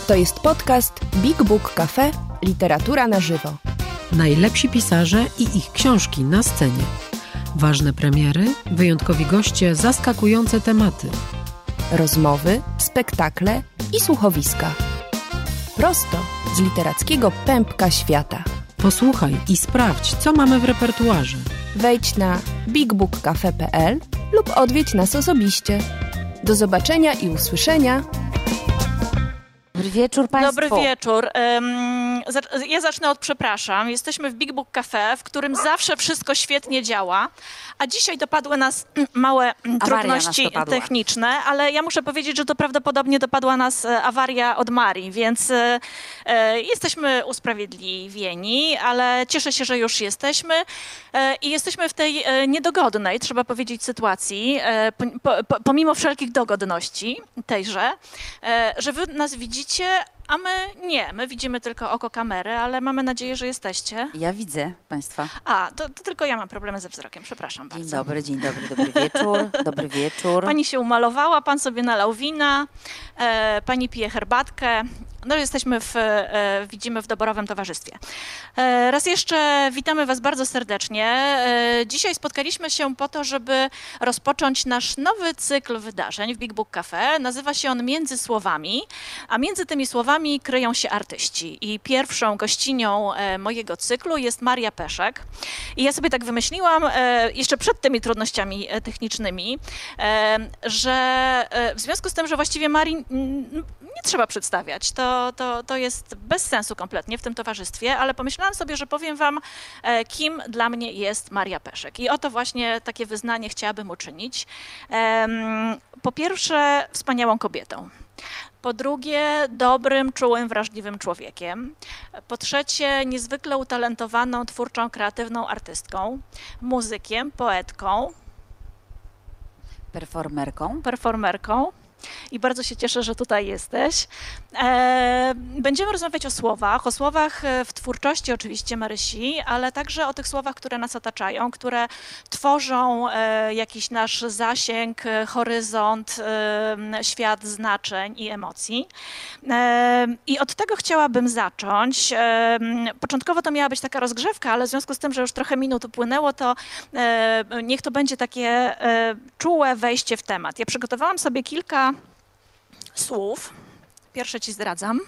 To jest podcast Big Book Cafe – Literatura na żywo. Najlepsi pisarze i ich książki na scenie. Ważne premiery, wyjątkowi goście, zaskakujące tematy. Rozmowy, spektakle i słuchowiska. Prosto z literackiego pępka świata. Posłuchaj i sprawdź, co mamy w repertuarze. Wejdź na bigbookcafe.pl lub odwiedź nas osobiście. Do zobaczenia i usłyszenia. Dobry wieczór Państwu. Dobry wieczór. Ja zacznę od przepraszam. Jesteśmy w Big Book Cafe, w którym zawsze wszystko świetnie działa, a dzisiaj dopadły nas małe trudności techniczne, ale ja muszę powiedzieć, że to prawdopodobnie dopadła nas awaria od Marii, więc jesteśmy usprawiedliwieni, ale cieszę się, że już jesteśmy i jesteśmy w tej niedogodnej, trzeba powiedzieć, sytuacji, pomimo wszelkich dogodności tejże, że wy nas widzicie, a my nie. My widzimy tylko oko kamery, ale mamy nadzieję, że jesteście. Ja widzę Państwa. To tylko ja mam problemy ze wzrokiem, przepraszam bardzo. Dzień dobry, dobry wieczór. Dobry wieczór. Pani się umalowała, pan sobie nalał wina, pani pije herbatkę. No jesteśmy widzimy w doborowym towarzystwie. Raz jeszcze witamy was bardzo serdecznie. Dzisiaj spotkaliśmy się po to, żeby rozpocząć nasz nowy cykl wydarzeń w Big Book Cafe. Nazywa się on Między Słowami, a między tymi słowami kryją się artyści. I pierwszą gościnią mojego cyklu jest Maria Peszek. I ja sobie tak wymyśliłam, jeszcze przed tymi trudnościami technicznymi, że w związku z tym, że właściwie Marii nie trzeba przedstawiać, to jest bez sensu kompletnie w tym towarzystwie, ale pomyślałam sobie, że powiem wam, kim dla mnie jest Maria Peszek. I oto właśnie takie wyznanie chciałabym uczynić. Po pierwsze, wspaniałą kobietą. Po drugie, dobrym, czułym, wrażliwym człowiekiem. Po trzecie, niezwykle utalentowaną, twórczą, kreatywną artystką, muzykiem, poetką. Performerką. I bardzo się cieszę, że tutaj jesteś. Będziemy rozmawiać o słowach w twórczości oczywiście Marysi, ale także o tych słowach, które nas otaczają, które tworzą jakiś nasz zasięg, horyzont, świat znaczeń i emocji. I od tego chciałabym zacząć. Początkowo to miała być taka rozgrzewka, ale w związku z tym, że już trochę minut upłynęło, to niech to będzie takie czułe wejście w temat. Ja przygotowałam sobie kilka słów. Pierwsze ci zdradzam.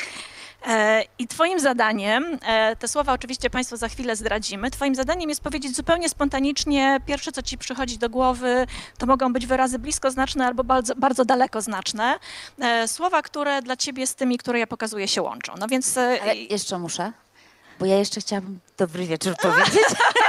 I twoim zadaniem, te słowa oczywiście Państwu za chwilę zdradzimy, twoim zadaniem jest powiedzieć zupełnie spontanicznie, pierwsze co ci przychodzi do głowy, to mogą być wyrazy bliskoznaczne albo bardzo, bardzo dalekoznaczne. Słowa, które dla ciebie z tymi, które ja pokazuję, się łączą. No więc... Ale jeszcze muszę, bo ja jeszcze chciałabym dobry wieczór powiedzieć.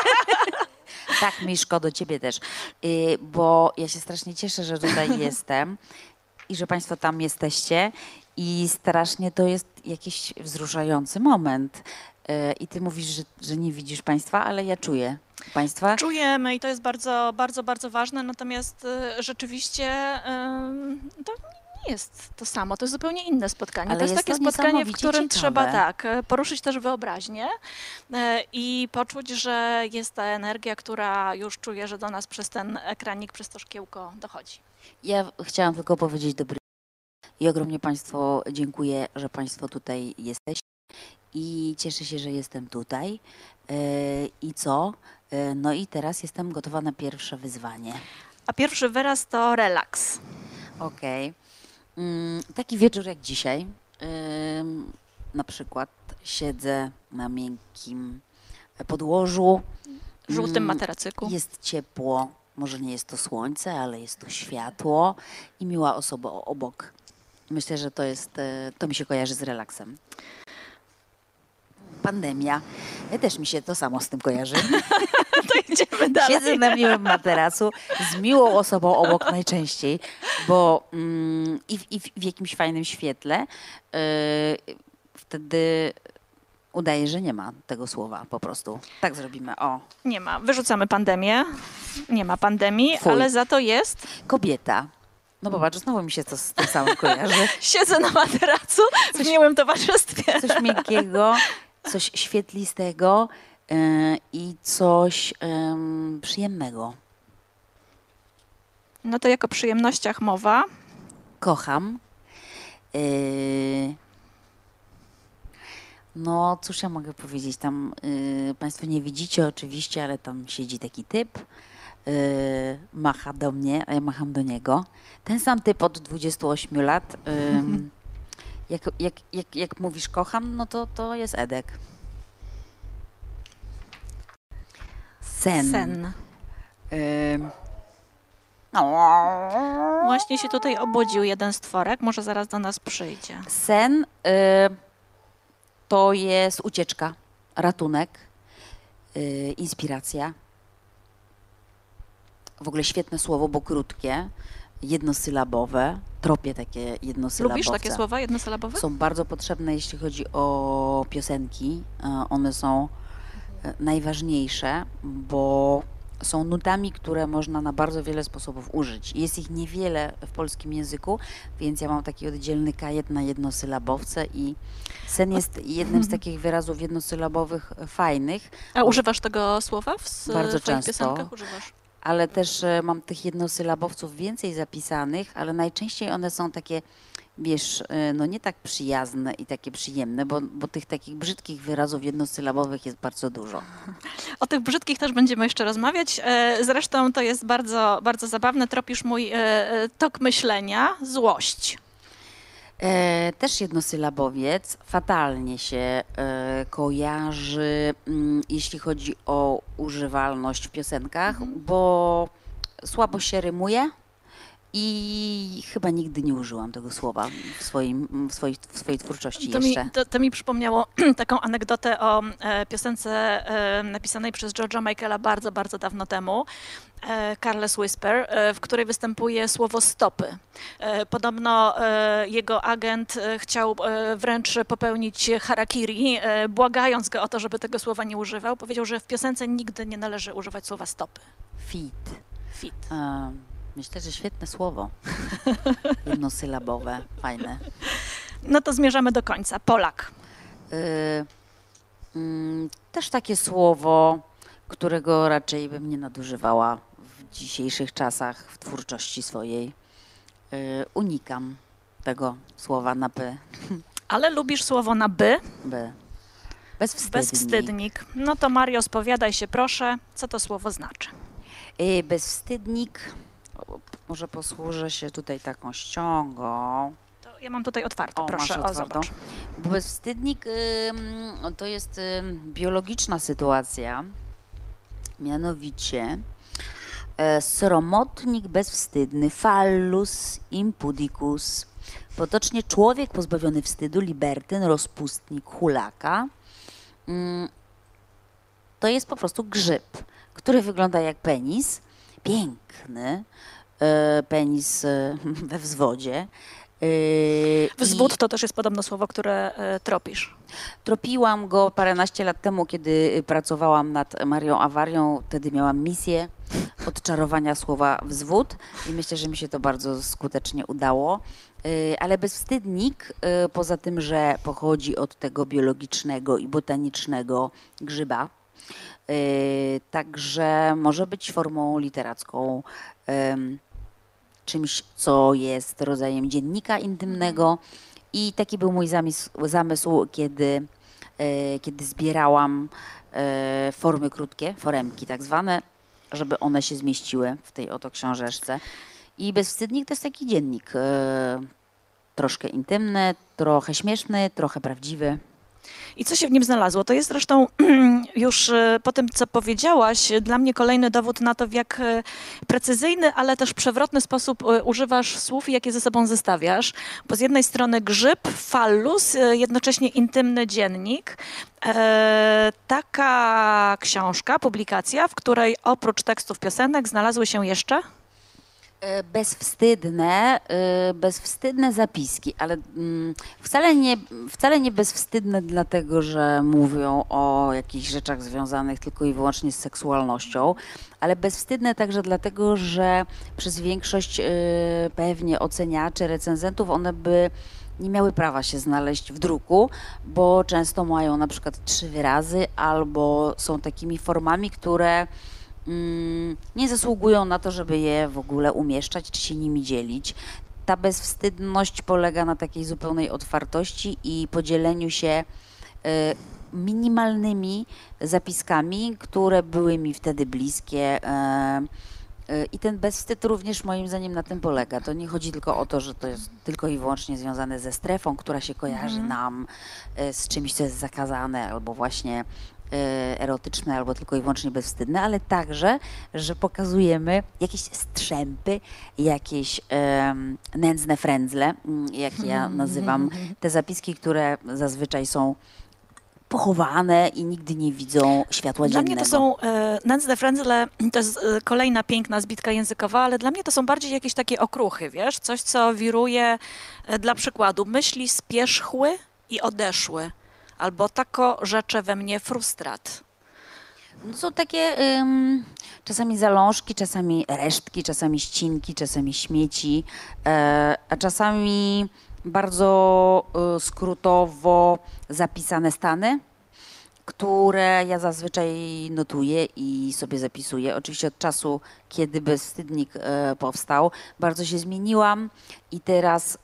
Tak, Miszko, do ciebie też, bo ja się strasznie cieszę, że tutaj jestem i że Państwo tam jesteście i strasznie to jest jakiś wzruszający moment. I ty mówisz, że nie widzisz Państwa, ale ja czuję Państwa. Czujemy i to jest bardzo, bardzo, bardzo ważne, natomiast rzeczywiście to nie jest to samo, to jest zupełnie inne spotkanie. Ale to jest takie spotkanie, w którym ciekawe. Trzeba poruszyć też wyobraźnię i poczuć, że jest ta energia, która już czuje, że do nas przez ten ekranik, przez to szkiełko dochodzi. Ja chciałam tylko powiedzieć dobry i ogromnie Państwu dziękuję, że Państwo tutaj jesteście i cieszę się, że jestem tutaj. I co? No i teraz jestem gotowa na pierwsze wyzwanie. A pierwszy wyraz to relaks. Okej. Taki wieczór jak dzisiaj. Na przykład siedzę na miękkim podłożu. Żółtym materacyku. Jest ciepło. Może nie jest to słońce, ale jest to światło i miła osoba obok. Myślę, że to mi się kojarzy z relaksem. Pandemia. Też mi się to samo z tym kojarzy. To idziemy dalej. Siedzę na miłym materacu z miłą osobą obok najczęściej, bo i w jakimś fajnym świetle wtedy udaje, że nie ma tego słowa po prostu. Tak zrobimy. O. Nie ma. Wyrzucamy pandemię. Nie ma pandemii, Fuj. ale za to jest... Kobieta. No popatrz, znowu mi się to z tym samym kojarzy. Siedzę na materacu w miłym towarzystwie. Coś miękkiego, coś świetlistego i coś przyjemnego. No to jako przyjemnościach mowa. Kocham. No cóż ja mogę powiedzieć, tam Państwo nie widzicie oczywiście, ale tam siedzi taki typ, macha do mnie, a ja macham do niego. Ten sam typ od 28 lat. Jak mówisz kocham, no to jest Edek. Sen. Sen. No. Właśnie się tutaj obudził jeden stworek, może zaraz do nas przyjdzie. Sen to jest ucieczka, ratunek, inspiracja. W ogóle świetne słowo, bo krótkie, jednosylabowe, tropie takie jednosylabowce. Lubisz takie słowa jednosylabowe? Są bardzo potrzebne, jeśli chodzi o piosenki. One są najważniejsze, bo są nutami, które można na bardzo wiele sposobów użyć. Jest ich niewiele w polskim języku, więc ja mam taki oddzielny kajet na jednosylabowce i sen jest jednym z takich wyrazów jednosylabowych fajnych. A używasz tego słowa Bardzo w twoich często. piosenkach? Używasz? Ale też mam tych jednosylabowców więcej zapisanych, ale najczęściej one są takie, wiesz, no nie tak przyjazne i takie przyjemne, bo tych takich brzydkich wyrazów jednosylabowych jest bardzo dużo. O tych brzydkich też będziemy jeszcze rozmawiać. Zresztą to jest bardzo, bardzo zabawne. Tropisz mój tok myślenia. Złość. Też jednosylabowiec fatalnie się kojarzy, jeśli chodzi o używalność w piosenkach, bo słabo się rymuje i chyba nigdy nie użyłam tego słowa w swojej twórczości jeszcze. To mi przypomniało taką anegdotę o piosence napisanej przez George'a Michaela bardzo, bardzo dawno temu, Careless Whisper, w której występuje słowo stopy. Podobno jego agent chciał wręcz popełnić harakiri, błagając go o to, żeby tego słowa nie używał. Powiedział, że w piosence nigdy nie należy używać słowa stopy. Fit. Myślę, że świetne słowo. Jednosylabowe, fajne. No to zmierzamy do końca. Polak. Też takie słowo, którego raczej bym nie nadużywała w dzisiejszych czasach w twórczości swojej. Unikam tego słowa na by. Ale lubisz słowo na by? Bezwstydnik. No to Mario, spowiadaj się proszę, co to słowo znaczy. Bezwstydnik, może posłużę się tutaj taką ściągą. To ja mam tutaj otwartą, proszę, zobacz. Bo bezwstydnik to jest biologiczna sytuacja, mianowicie sromotnik bezwstydny, phallus impudicus, potocznie człowiek pozbawiony wstydu, libertyn, rozpustnik, hulaka. To jest po prostu grzyb, który wygląda jak penis, piękny penis we wzwodzie. Wzwód to też jest podobno słowo, które tropisz. Tropiłam go paręnaście lat temu, kiedy pracowałam nad Marią Awarią. Wtedy miałam misję odczarowania słowa wzwód i myślę, że mi się to bardzo skutecznie udało. Ale bezwstydnik, poza tym, że pochodzi od tego biologicznego i botanicznego grzyba, także może być formą literacką, czymś, co jest rodzajem dziennika intymnego. I taki był mój zamysł, kiedy zbierałam formy krótkie, foremki tak zwane, żeby one się zmieściły w tej oto książeczce. I bezwstydnik to jest taki dziennik, troszkę intymny, trochę śmieszny, trochę prawdziwy. I co się w nim znalazło? To jest zresztą już po tym, co powiedziałaś, dla mnie kolejny dowód na to, w jak precyzyjny, ale też przewrotny sposób używasz słów i jak je ze sobą zestawiasz. Bo z jednej strony grzyb, phallus, jednocześnie intymny dziennik. Taka książka, publikacja, w której oprócz tekstów piosenek znalazły się jeszcze? Bezwstydne zapiski, ale wcale nie bezwstydne dlatego, że mówią o jakichś rzeczach związanych tylko i wyłącznie z seksualnością, ale bezwstydne także dlatego, że przez większość pewnie oceniaczy, recenzentów one by nie miały prawa się znaleźć w druku, bo często mają na przykład 3 wyrazy albo są takimi formami, które nie zasługują na to, żeby je w ogóle umieszczać, czy się nimi dzielić. Ta bezwstydność polega na takiej zupełnej otwartości i podzieleniu się minimalnymi zapiskami, które były mi wtedy bliskie. I ten bezwstyd również moim zdaniem na tym polega. To nie chodzi tylko o to, że to jest tylko i wyłącznie związane ze strefą, która się kojarzy nam z czymś, co jest zakazane, albo właśnie erotyczne, albo tylko i wyłącznie bezwstydne, ale także, że pokazujemy jakieś strzępy, jakieś nędzne frędzle, jak ja nazywam te zapiski, które zazwyczaj są pochowane i nigdy nie widzą światła Dla dziennego. mnie to są nędzne frędzle, to jest kolejna piękna zbitka językowa, ale dla mnie to są bardziej jakieś takie okruchy, wiesz? Coś, co wiruje, dla przykładu, myśli spierzchły i odeszły, albo tako rzecze we mnie frustrat. No są takie czasami zalążki, czasami resztki, czasami ścinki, czasami śmieci, a czasami bardzo skrótowo zapisane stany, które ja zazwyczaj notuję i sobie zapisuję. Oczywiście od czasu, kiedy Bezwstydnik powstał, bardzo się zmieniłam i teraz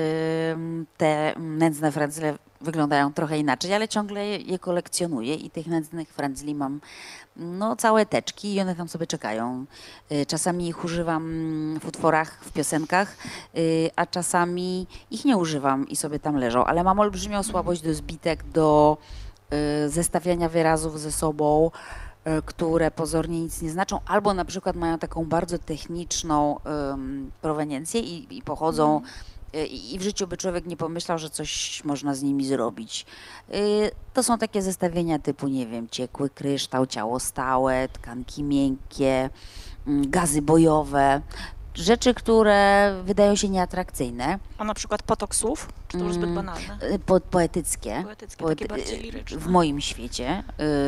te nędzne frędzle wyglądają trochę inaczej, ale ciągle je kolekcjonuję i tych nędznych frędzli mam no, całe teczki i one tam sobie czekają. Czasami ich używam w utworach, w piosenkach, a czasami ich nie używam i sobie tam leżą, ale mam olbrzymią słabość do zbitek, do zestawiania wyrazów ze sobą, które pozornie nic nie znaczą, albo na przykład mają taką bardzo techniczną proweniencję i pochodzą i w życiu by człowiek nie pomyślał, że coś można z nimi zrobić. To są takie zestawienia typu, nie wiem, ciekły kryształ, ciało stałe, tkanki miękkie, gazy bojowe. Rzeczy, które wydają się nieatrakcyjne. A na przykład potok słów? Czy to już zbyt banalne? Poetyckie. Poetyckie, takie bardziej liryczne. W moim świecie.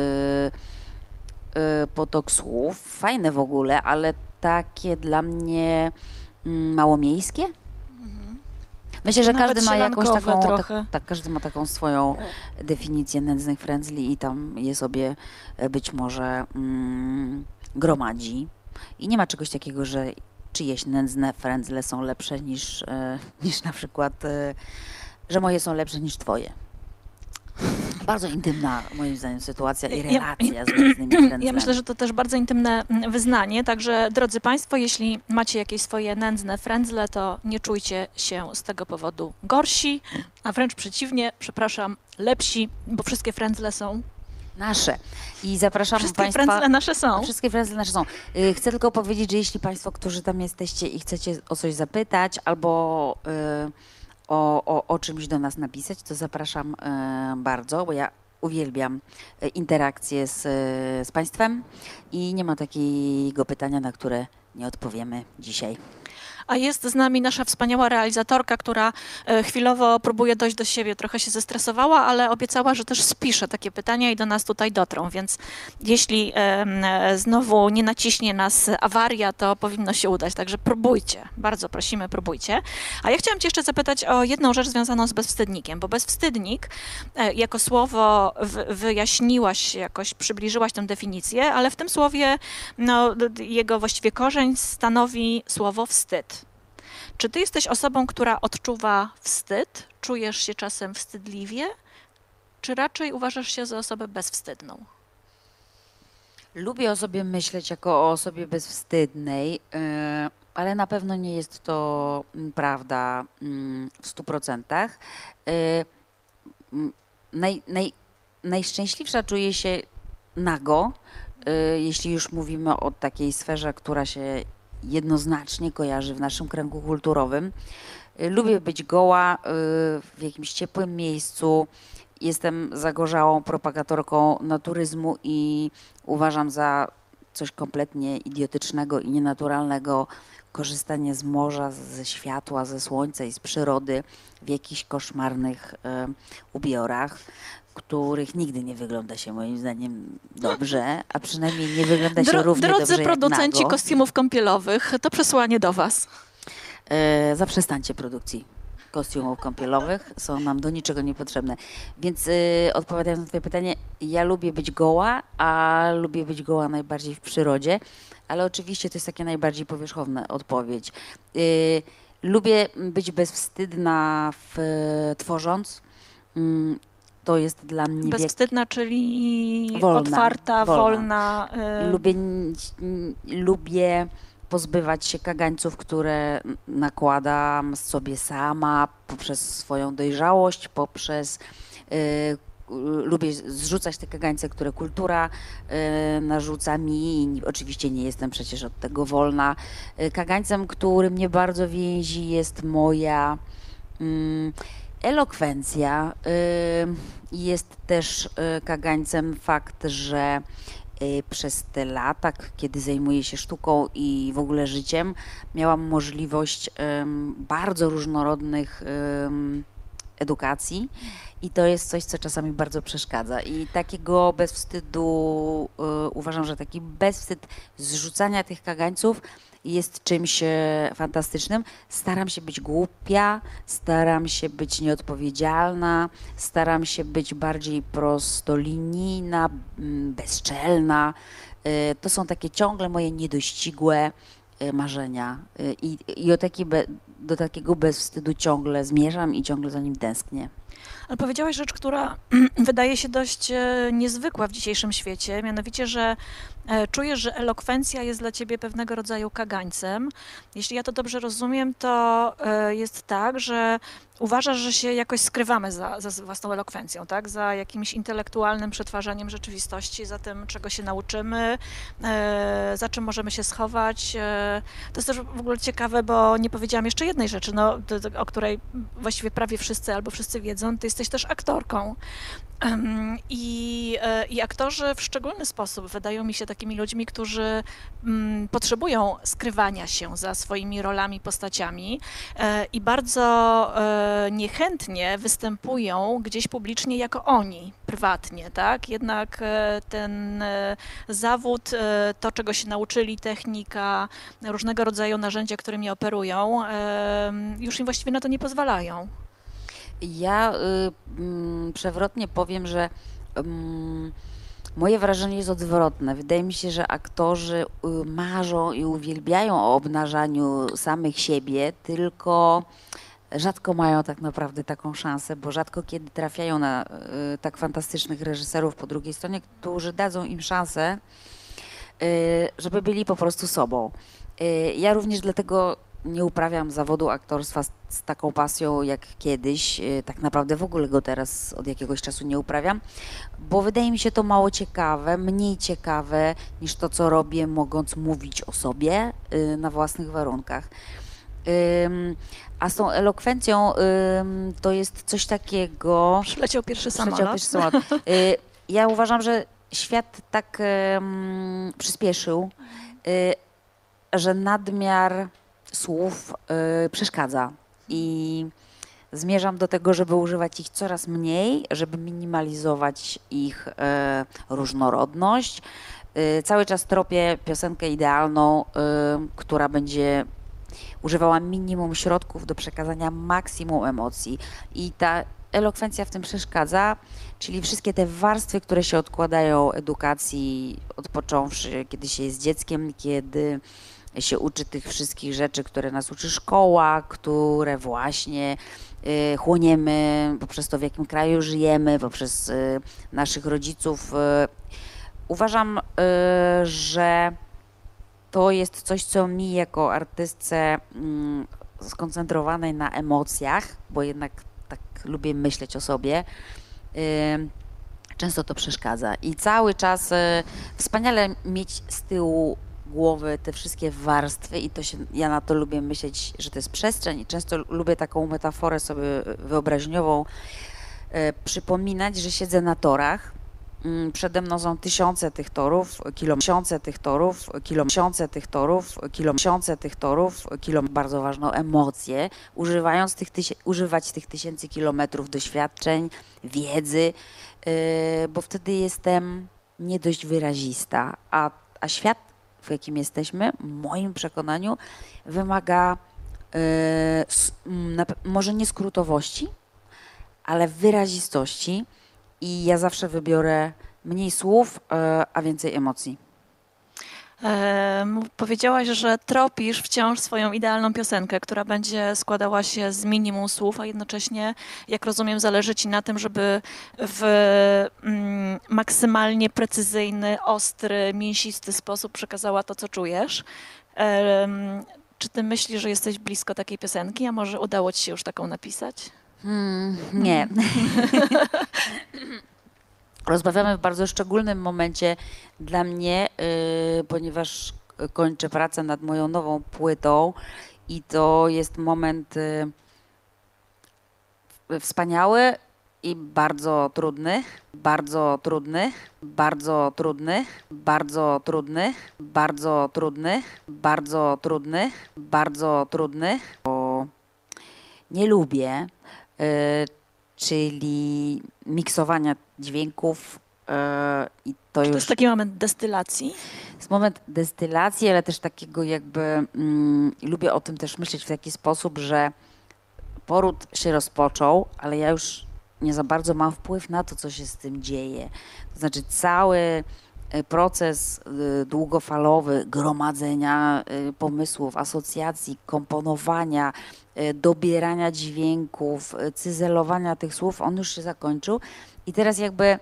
Potok słów, fajne w ogóle, ale takie dla mnie mało miejskie. Myślę, że Nawet każdy ma jakąś taką, trochę. każdy ma taką swoją definicję nędznych frędzli i tam je sobie być może gromadzi. I nie ma czegoś takiego, że czyjeś nędzne frędzle są lepsze niż na przykład, że moje są lepsze niż twoje. Bardzo intymna, moim zdaniem, sytuacja i relacja z nędznymi frędzlami. Ja myślę, że to też bardzo intymne wyznanie, także drodzy Państwo, jeśli macie jakieś swoje nędzne frędzle, to nie czujcie się z tego powodu gorsi, a wręcz przeciwnie, przepraszam, lepsi, bo wszystkie frędzle są. Nasze. I zapraszam Wszystkie Państwa. frędzle nasze są. Wszystkie frędzle nasze są. Chcę tylko powiedzieć, że jeśli Państwo, którzy tam jesteście i chcecie o coś zapytać albo o czymś do nas napisać, to zapraszam bardzo, bo ja uwielbiam interakcję z Państwem i nie ma takiego pytania, na które nie odpowiemy dzisiaj. A jest z nami nasza wspaniała realizatorka, która chwilowo próbuje dojść do siebie, trochę się zestresowała, ale obiecała, że też spisze takie pytania i do nas tutaj dotrą, więc jeśli znowu nie naciśnie nas awaria, to powinno się udać, także próbujcie, bardzo prosimy, próbujcie. A ja chciałam Cię jeszcze zapytać o jedną rzecz związaną z bezwstydnikiem, bo bezwstydnik jako słowo wyjaśniłaś, jakoś przybliżyłaś tę definicję, ale w tym słowie no, jego właściwie korzeń stanowi słowo wstyd. Czy ty jesteś osobą, która odczuwa wstyd? Czujesz się czasem wstydliwie? Czy raczej uważasz się za osobę bezwstydną? Lubię o sobie myśleć jako o osobie bezwstydnej, ale na pewno nie jest to prawda w 100%. Najszczęśliwsza czuję się nago, jeśli już mówimy o takiej sferze, która się jednoznacznie kojarzy w naszym kręgu kulturowym. Lubię być goła w jakimś ciepłym miejscu. Jestem zagorzałą propagatorką naturyzmu i uważam za coś kompletnie idiotycznego i nienaturalnego korzystanie z morza, ze światła, ze słońca i z przyrody w jakichś koszmarnych ubiorach, których nigdy nie wygląda się moim zdaniem dobrze, a przynajmniej nie wygląda się równie dobrze Drodzy jak producenci nago. kostiumów kąpielowych, to przesłanie do was. Zaprzestańcie produkcji kostiumów kąpielowych, są nam do niczego niepotrzebne. Więc odpowiadając na twoje pytanie, ja lubię być goła, a lubię być goła najbardziej w przyrodzie, ale oczywiście to jest takie najbardziej powierzchowna odpowiedź. Lubię być bezwstydna tworząc. to jest dla mnie Bezwstydna, czyli wolna, otwarta, wolna. Lubię pozbywać się kagańców, które nakładam sobie sama poprzez swoją dojrzałość, lubię zrzucać te kagańce, które kultura narzuca mi. Oczywiście nie jestem przecież od tego wolna. Kagańcem, który mnie bardzo więzi, jest moja elokwencja. Jest też kagańcem fakt, że przez te lata, kiedy zajmuję się sztuką i w ogóle życiem, miałam możliwość bardzo różnorodnych edukacji i to jest coś, co czasami bardzo przeszkadza. I takiego bezwstydu, uważam, że taki bezwstyd zrzucania tych kagańców jest czymś fantastycznym. Staram się być głupia, staram się być nieodpowiedzialna, staram się być bardziej prostolinijna, bezczelna. To są takie ciągle moje niedościgłe marzenia i do takiego bezwstydu ciągle zmierzam i ciągle za nim tęsknię. Ale powiedziałaś rzecz, która wydaje się dość niezwykła w dzisiejszym świecie, mianowicie, że czujesz, że elokwencja jest dla ciebie pewnego rodzaju kagańcem. Jeśli ja to dobrze rozumiem, to jest tak, że uważasz, że się jakoś skrywamy za własną elokwencją, tak? Za jakimś intelektualnym przetwarzaniem rzeczywistości, za tym, czego się nauczymy, za czym możemy się schować. To jest też w ogóle ciekawe, bo nie powiedziałam jeszcze jednej rzeczy, o której właściwie prawie wszyscy albo wszyscy wiedzą. Ty jesteś też aktorką. I aktorzy w szczególny sposób wydają mi się takimi ludźmi, którzy potrzebują skrywania się za swoimi rolami, postaciami i bardzo niechętnie występują gdzieś publicznie jako oni, prywatnie, tak? Jednak ten zawód, to czego się nauczyli, technika, różnego rodzaju narzędzia, którymi operują, już im właściwie na to nie pozwalają. Ja przewrotnie powiem, że moje wrażenie jest odwrotne. Wydaje mi się, że aktorzy marzą i uwielbiają o obnażaniu samych siebie, tylko rzadko mają tak naprawdę taką szansę, bo rzadko kiedy trafiają na tak fantastycznych reżyserów po drugiej stronie, którzy dadzą im szansę, żeby byli po prostu sobą. Ja również dlatego nie uprawiam zawodu aktorstwa z taką pasją jak kiedyś. Tak naprawdę w ogóle go teraz od jakiegoś czasu nie uprawiam, bo wydaje mi się to mało ciekawe, mniej ciekawe niż to, co robię, mogąc mówić o sobie na własnych warunkach. A z tą elokwencją to jest coś takiego... Przyleciał pierwszy samolot. Ja uważam, że świat tak przyspieszył, że nadmiar słów przeszkadza i zmierzam do tego, żeby używać ich coraz mniej, żeby minimalizować ich różnorodność. Cały czas tropię piosenkę idealną, która będzie używała minimum środków do przekazania maksimum emocji i ta elokwencja w tym przeszkadza, czyli wszystkie te warstwy, które się odkładają edukacji, odpocząwszy, kiedy się jest dzieckiem, kiedy się uczy tych wszystkich rzeczy, które nas uczy szkoła, które właśnie chłoniemy poprzez to, w jakim kraju żyjemy, poprzez naszych rodziców. Uważam, że to jest coś, co mi jako artystce skoncentrowanej na emocjach, bo jednak tak lubię myśleć o sobie, często to przeszkadza. I cały czas wspaniale mieć z tyłu głowy te wszystkie warstwy i ja na to lubię myśleć, że to jest przestrzeń i często lubię taką metaforę sobie wyobraźniową przypominać, że siedzę na torach. Przede mną są tysiące tych torów, bardzo ważną emocję, używać tych tysięcy kilometrów doświadczeń, wiedzy, bo wtedy jestem nie dość wyrazista, a świat, w jakim jesteśmy, w moim przekonaniu, wymaga może nie skrótowości, ale wyrazistości i ja zawsze wybiorę mniej słów, a więcej emocji. Powiedziałaś, że tropisz wciąż swoją idealną piosenkę, która będzie składała się z minimum słów, a jednocześnie, jak rozumiem, zależy ci na tym, żeby w maksymalnie precyzyjny, ostry, mięsisty sposób przekazała to, co czujesz. Czy ty myślisz, że jesteś blisko takiej piosenki, a może udało ci się już taką napisać? Nie. Rozmawiamy w bardzo szczególnym momencie dla mnie, ponieważ kończę pracę nad moją nową płytą i to jest moment wspaniały i bardzo trudny, bardzo trudny, bardzo trudny, bardzo trudny, bardzo trudny, bardzo trudny, bardzo trudny, bo nie lubię, czyli miksowania dźwięków i to Czy już to jest taki moment destylacji? jest moment destylacji, ale też takiego jakby lubię o tym też myśleć w taki sposób, że poród się rozpoczął, ale ja już nie za bardzo mam wpływ na to, co się z tym dzieje. To znaczy cały proces długofalowy gromadzenia pomysłów, asocjacji, komponowania, dobierania dźwięków, cyzelowania tych słów, on już się zakończył i teraz jakby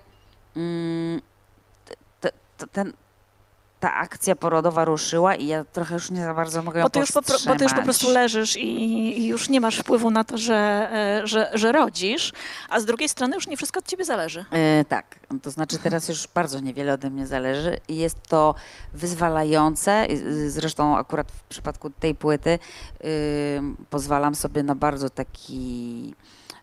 ta akcja porodowa ruszyła i ja trochę już nie za bardzo mogę ją powstrzymać. Bo ty już po prostu leżysz i już nie masz wpływu na to, że rodzisz, a z drugiej strony już nie wszystko od ciebie zależy. Tak, to znaczy teraz już bardzo niewiele ode mnie zależy i jest to wyzwalające. Zresztą akurat w przypadku tej płyty pozwalam sobie na bardzo taki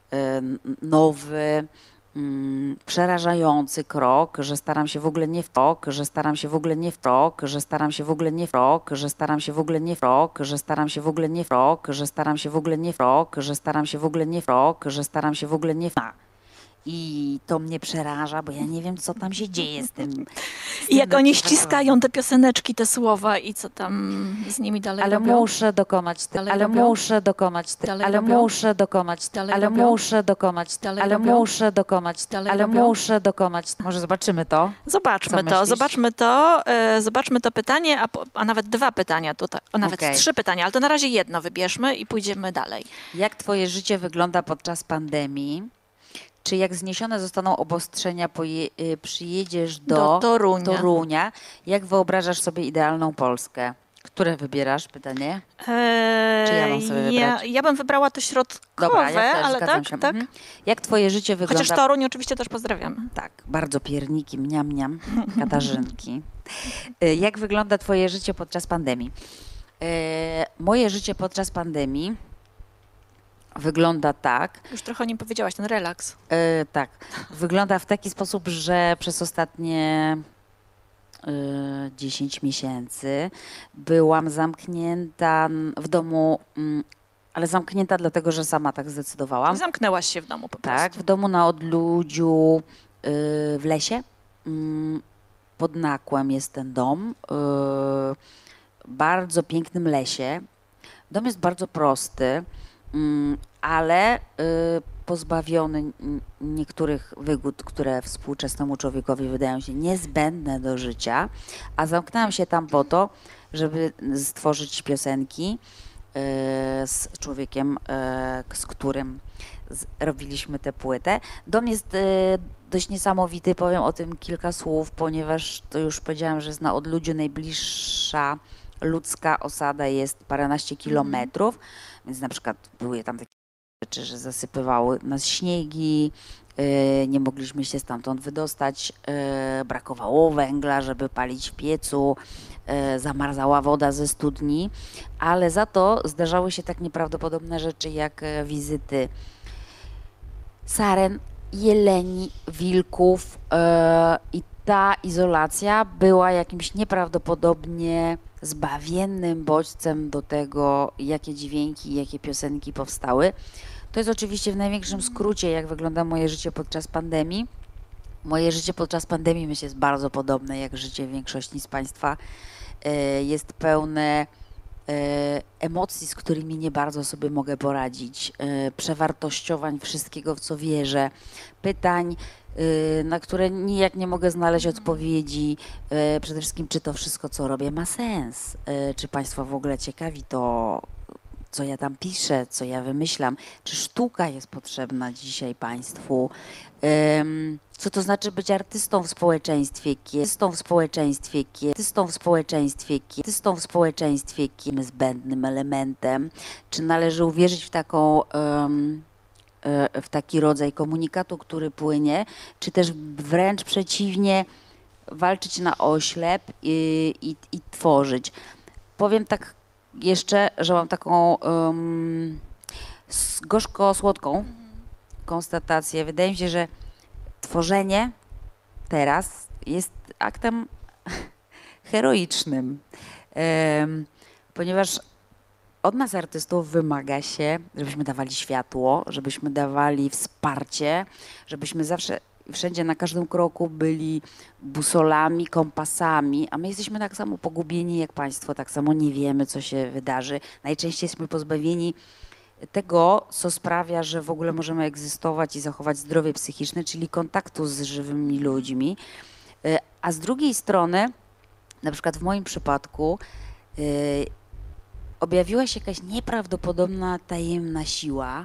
nowy, przerażający krok, że staram się w ogóle nie w tok, że staram się w ogóle nie w tok, że staram się w ogóle nie w tok, że staram się w ogóle nie w tok, że staram się w ogóle nie w tok, że staram się w ogóle nie w tok, że staram się w ogóle nie w tok, że staram się w ogóle nie w I to mnie przeraża, bo ja nie wiem, co tam się dzieje z tym. I jak oni ściskają te pioseneczki, te słowa i co tam z nimi dalej ale robią? Muszę dokonać, Dalej ale robią? muszę dokonać, Dalej ale robią? muszę dokonać, Dalej ale robią? muszę dokonać, Dalej ale robią? muszę dokonać, Dalej ale robią? muszę dokonać. Może zobaczymy to? Zobaczmy Co to, myślisz? zobaczmy to pytanie, a nawet dwa pytania tutaj, nawet Okej. 3 pytania, ale to na razie jedno wybierzmy i pójdziemy dalej. Jak twoje życie wygląda podczas pandemii? Czy jak zniesione zostaną obostrzenia, przyjedziesz Do Torunia. Torunia? Jak wyobrażasz sobie idealną Polskę? Które wybierasz? Pytanie. Czy ja mam sobie wybrać? Ja bym wybrała to środkowe, Dobra, ja też ale zgadzam tak, się. tak. Mhm. Jak twoje życie wygląda? Chociaż Toruń oczywiście też pozdrawiamy. Tak, bardzo pierniki, mniam, Katarzynki. Jak wygląda twoje życie podczas pandemii? Moje życie podczas pandemii wygląda tak. Już trochę o nim powiedziałaś, ten relaks. Tak, wygląda w taki sposób, że przez ostatnie 10 miesięcy byłam zamknięta w domu, ale zamknięta dlatego, że sama tak zdecydowałam. Zamknęłaś się w domu po prostu. Tak, w domu na odludziu w lesie. Pod Nakłem jest ten dom. Bardzo pięknym lesie. Dom jest bardzo prosty, ale pozbawiony niektórych wygód, które współczesnemu człowiekowi wydają się niezbędne do życia, a zamknęłam się tam po to, żeby stworzyć piosenki z człowiekiem, z którym robiliśmy tę płytę. Dom jest dość niesamowity, powiem o tym kilka słów, ponieważ to już powiedziałam, że jest na odludziu, najbliższa ludzka osada jest paręnaście kilometrów, więc na przykład były tam takie rzeczy, że zasypywały nas śniegi, nie mogliśmy się stamtąd wydostać, brakowało węgla, żeby palić w piecu, zamarzała woda ze studni, ale za to zdarzały się tak nieprawdopodobne rzeczy jak wizyty saren, jeleni, wilków i ta izolacja była jakimś nieprawdopodobnie zbawiennym bodźcem do tego, jakie dźwięki, jakie piosenki powstały. To jest oczywiście w największym skrócie, jak wygląda moje życie podczas pandemii. Moje życie podczas pandemii, myślę, jest bardzo podobne jak życie większości z Państwa. Jest pełne emocji, z którymi nie bardzo sobie mogę poradzić, przewartościowań wszystkiego, w co wierzę, pytań, na które nijak nie mogę znaleźć odpowiedzi. Przede wszystkim, czy to wszystko, co robię, ma sens? Czy Państwa w ogóle ciekawi to, co ja tam piszę, co ja wymyślam? Czy sztuka jest potrzebna dzisiaj Państwu? Co to znaczy być artystą w społeczeństwie, artystą w społeczeństwie, zbędnym elementem? Czy należy uwierzyć w taki rodzaj komunikatu, który płynie, czy też wręcz przeciwnie, walczyć na oślep i tworzyć? Powiem tak jeszcze, że mam taką gorzko-słodką konstatację. Wydaje mi się, że tworzenie teraz jest aktem heroicznym, ponieważ od nas artystów wymaga się, żebyśmy dawali światło, żebyśmy dawali wsparcie, żebyśmy zawsze, wszędzie, na każdym kroku byli busolami, kompasami, a my jesteśmy tak samo pogubieni jak Państwo, tak samo nie wiemy, co się wydarzy. Najczęściej jesteśmy pozbawieni tego, co sprawia, że w ogóle możemy egzystować i zachować zdrowie psychiczne, czyli kontaktu z żywymi ludźmi. A z drugiej strony, na przykład w moim przypadku, objawiła się jakaś nieprawdopodobna, tajemna siła,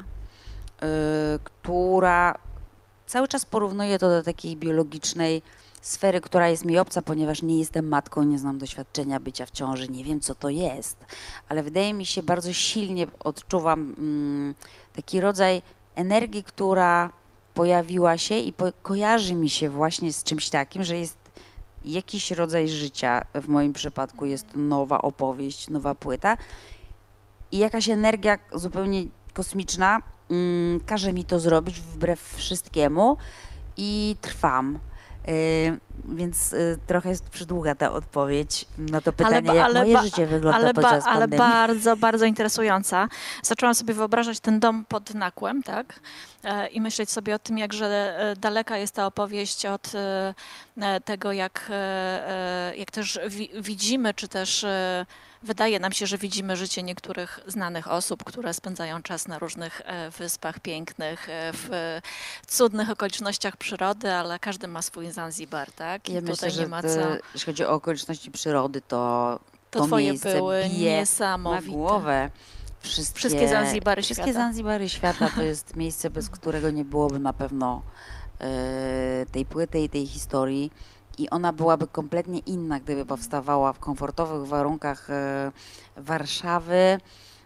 która cały czas porównuje to do takiej biologicznej sfery, która jest mi obca, ponieważ nie jestem matką, nie znam doświadczenia bycia w ciąży, nie wiem, co to jest, ale wydaje mi się, bardzo silnie odczuwam taki rodzaj energii, która pojawiła się i kojarzy mi się właśnie z czymś takim, że jest jakiś rodzaj życia. W moim przypadku jest nowa opowieść, nowa płyta i jakaś energia zupełnie kosmiczna każe mi to zrobić wbrew wszystkiemu i trwam. Więc trochę jest przydługa ta odpowiedź na to pytanie, jak moje życie wygląda podczas pandemii. Ale bardzo, bardzo interesująca. Zaczęłam sobie wyobrażać ten dom pod Nakłem, tak? I myśleć sobie o tym, jakże daleka jest ta opowieść od tego, jak też widzimy, czy też wydaje nam się, że widzimy życie niektórych znanych osób, które spędzają czas na różnych wyspach pięknych, w cudnych okolicznościach przyrody, ale każdy ma swój Zanzibar, tak? I ja tutaj myślę, że nie ma co. jeśli chodzi o okoliczności przyrody, to twoje miejsce były bije niesamowite. Na głowę. Wszystkie Zanzibary świata. Wszystkie Zanzibary świata to jest miejsce, bez którego nie byłoby na pewno tej płyty i tej historii. I ona byłaby kompletnie inna, gdyby powstawała w komfortowych warunkach Warszawy.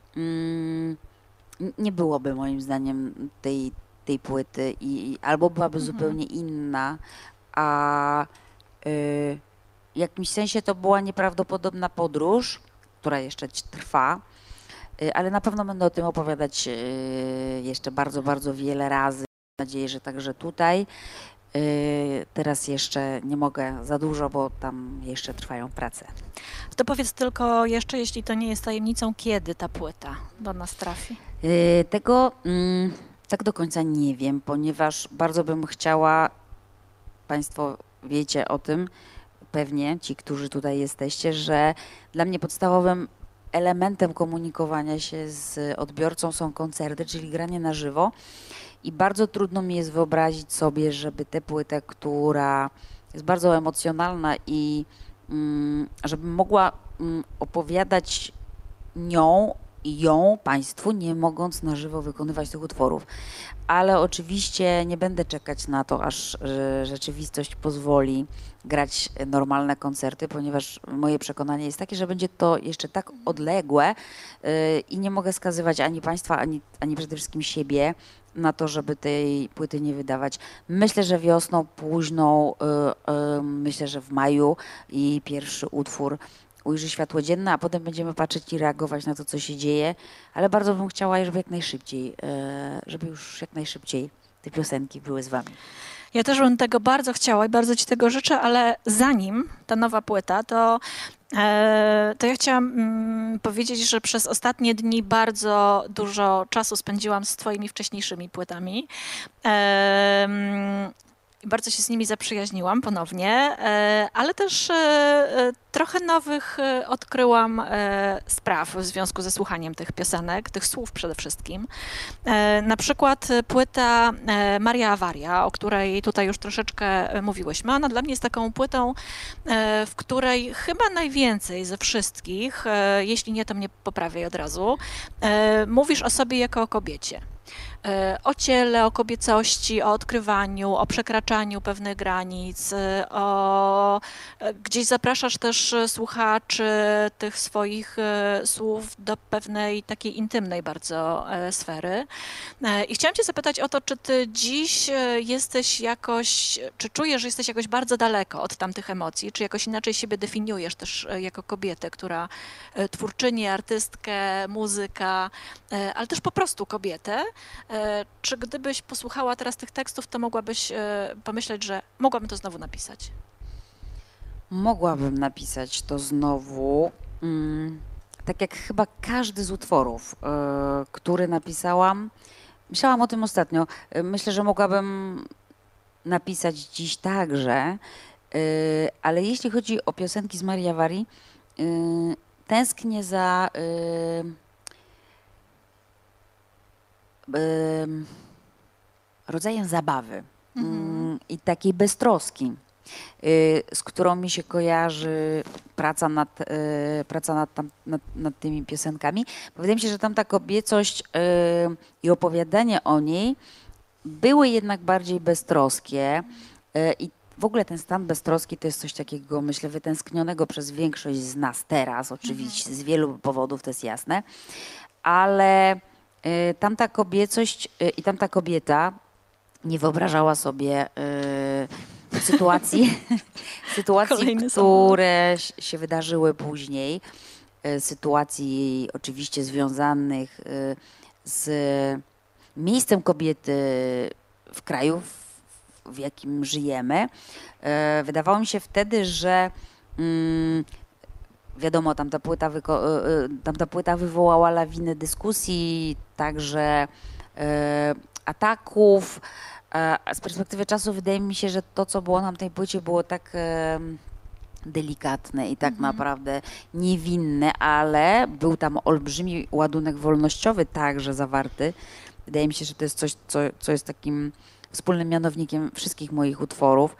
Nie byłoby moim zdaniem tej płyty albo byłaby zupełnie inna, a w jakimś sensie to była nieprawdopodobna podróż, która jeszcze trwa, ale na pewno będę o tym opowiadać jeszcze bardzo, bardzo wiele razy. Mam nadzieję, że także tutaj. Teraz jeszcze nie mogę za dużo, bo tam jeszcze trwają prace. To powiedz tylko jeszcze, jeśli to nie jest tajemnicą, kiedy ta płyta do nas trafi? Tego tak do końca nie wiem, ponieważ bardzo bym chciała, Państwo wiecie o tym, pewnie ci, którzy tutaj jesteście, że dla mnie podstawowym elementem komunikowania się z odbiorcą są koncerty, czyli granie na żywo. I bardzo trudno mi jest wyobrazić sobie, żeby tę płytę, która jest bardzo emocjonalna i żebym mogła opowiadać ją Państwu, nie mogąc na żywo wykonywać tych utworów. Ale oczywiście nie będę czekać na to, aż rzeczywistość pozwoli grać normalne koncerty, ponieważ moje przekonanie jest takie, że będzie to jeszcze tak odległe i nie mogę skazywać ani Państwa, ani przede wszystkim siebie na to, żeby tej płyty nie wydawać. Myślę, że wiosną późną, myślę, że w maju i pierwszy utwór ujrzy światło dzienne, a potem będziemy patrzeć i reagować na to, co się dzieje, ale bardzo bym chciała, żeby już jak najszybciej te piosenki były z Wami. Ja też bym tego bardzo chciała i bardzo Ci tego życzę, ale zanim ta nowa płyta, to ja chciałam powiedzieć, że przez ostatnie dni bardzo dużo czasu spędziłam z Twoimi wcześniejszymi płytami. i bardzo się z nimi zaprzyjaźniłam ponownie, ale też trochę nowych odkryłam spraw w związku ze słuchaniem tych piosenek, tych słów przede wszystkim. Na przykład płyta Maria Awaria, o której tutaj już troszeczkę mówiłyśmy. Ona dla mnie jest taką płytą, w której chyba najwięcej ze wszystkich, jeśli nie, to mnie poprawiaj od razu, mówisz o sobie jako o kobiecie. O ciele, o kobiecości, o odkrywaniu, o przekraczaniu pewnych granic, gdzieś zapraszasz też słuchaczy tych swoich słów do pewnej takiej intymnej bardzo sfery. I chciałam cię zapytać o to, czy ty dziś jesteś jakoś, czy czujesz, że jesteś jakoś bardzo daleko od tamtych emocji, czy jakoś inaczej siebie definiujesz też jako kobietę, która twórczynię, artystkę, muzyka, ale też po prostu kobietę. Czy gdybyś posłuchała teraz tych tekstów, to mogłabyś pomyśleć, że mogłabym to znowu napisać? Mogłabym napisać to znowu, tak jak chyba każdy z utworów, który napisałam. Myślałam o tym ostatnio. Myślę, że mogłabym napisać dziś także, ale jeśli chodzi o piosenki z Marii Awarii, tęsknię za rodzajem zabawy i takiej beztroski, z którą mi się kojarzy praca nad tymi piosenkami. Bo wydaje mi się, że tam ta kobiecość i opowiadanie o niej były jednak bardziej beztroskie i w ogóle ten stan beztroski to jest coś takiego, myślę, wytęsknionego przez większość z nas teraz, oczywiście z wielu powodów, to jest jasne, ale tamta kobiecość i tamta kobieta nie wyobrażała sobie sytuacji, które się wydarzyły później, sytuacji oczywiście związanych z miejscem kobiety w kraju, w jakim żyjemy. Wydawało mi się wtedy, że wiadomo, tamta płyta wywołała lawinę dyskusji, także ataków. A z perspektywy czasu wydaje mi się, że to, co było na tej płycie, było tak delikatne i tak naprawdę niewinne, ale był tam olbrzymi ładunek wolnościowy także zawarty. Wydaje mi się, że to jest coś, co jest takim wspólnym mianownikiem wszystkich moich utworów.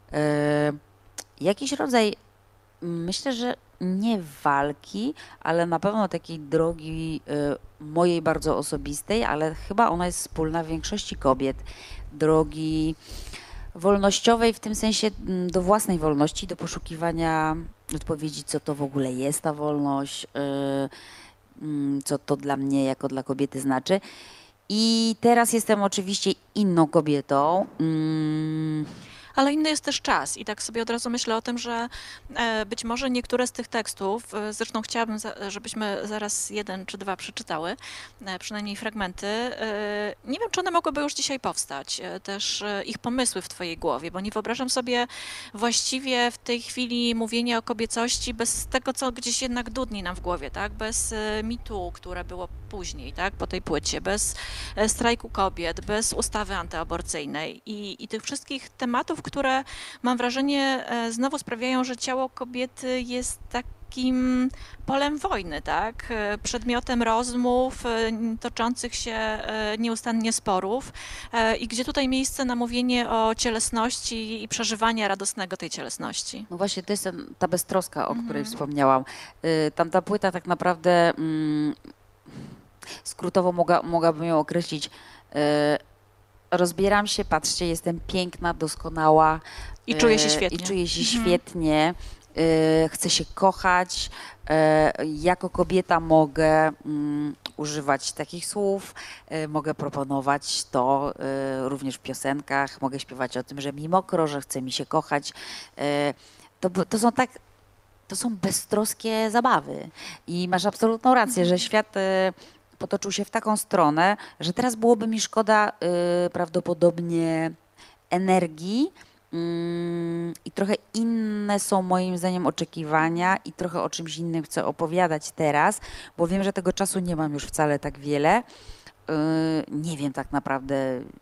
Jakiś rodzaj, myślę, że nie walki, ale na pewno takiej drogi mojej bardzo osobistej, ale chyba ona jest wspólna większości kobiet. Drogi wolnościowej w tym sensie do własnej wolności, do poszukiwania odpowiedzi, co to w ogóle jest ta wolność, co to dla mnie jako dla kobiety znaczy. I teraz jestem oczywiście inną kobietą. Ale inny jest też czas i tak sobie od razu myślę o tym, że być może niektóre z tych tekstów, zresztą chciałabym, żebyśmy zaraz jeden czy dwa przeczytały, przynajmniej fragmenty, nie wiem, czy one mogłyby już dzisiaj powstać, też ich pomysły w twojej głowie, bo nie wyobrażam sobie właściwie w tej chwili mówienia o kobiecości bez tego, co gdzieś jednak dudni nam w głowie, tak? Bez mitu, które było później, tak? Po tej płycie, bez strajku kobiet, bez ustawy antyaborcyjnej i tych wszystkich tematów, które mam wrażenie znowu sprawiają, że ciało kobiety jest takim polem wojny, tak? Przedmiotem rozmów, toczących się nieustannie sporów i gdzie tutaj miejsce na mówienie o cielesności i przeżywania radosnego tej cielesności. No właśnie, to jest ta beztroska, o której wspomniałam. Tamta płyta tak naprawdę, skrótowo mogłabym ją określić, rozbieram się, patrzcie, jestem piękna, doskonała. I czuję się świetnie. I czuję się świetnie. Chcę się kochać. Jako kobieta mogę używać takich słów, mogę proponować to również w piosenkach, mogę śpiewać o tym, że mi mokro, że chce mi się kochać. To są beztroskie zabawy. I masz absolutną rację, że świat potoczył się w taką stronę, że teraz byłoby mi szkoda prawdopodobnie energii i trochę inne są moim zdaniem oczekiwania i trochę o czymś innym chcę opowiadać teraz, bo wiem, że tego czasu nie mam już wcale tak wiele. Nie wiem tak naprawdę,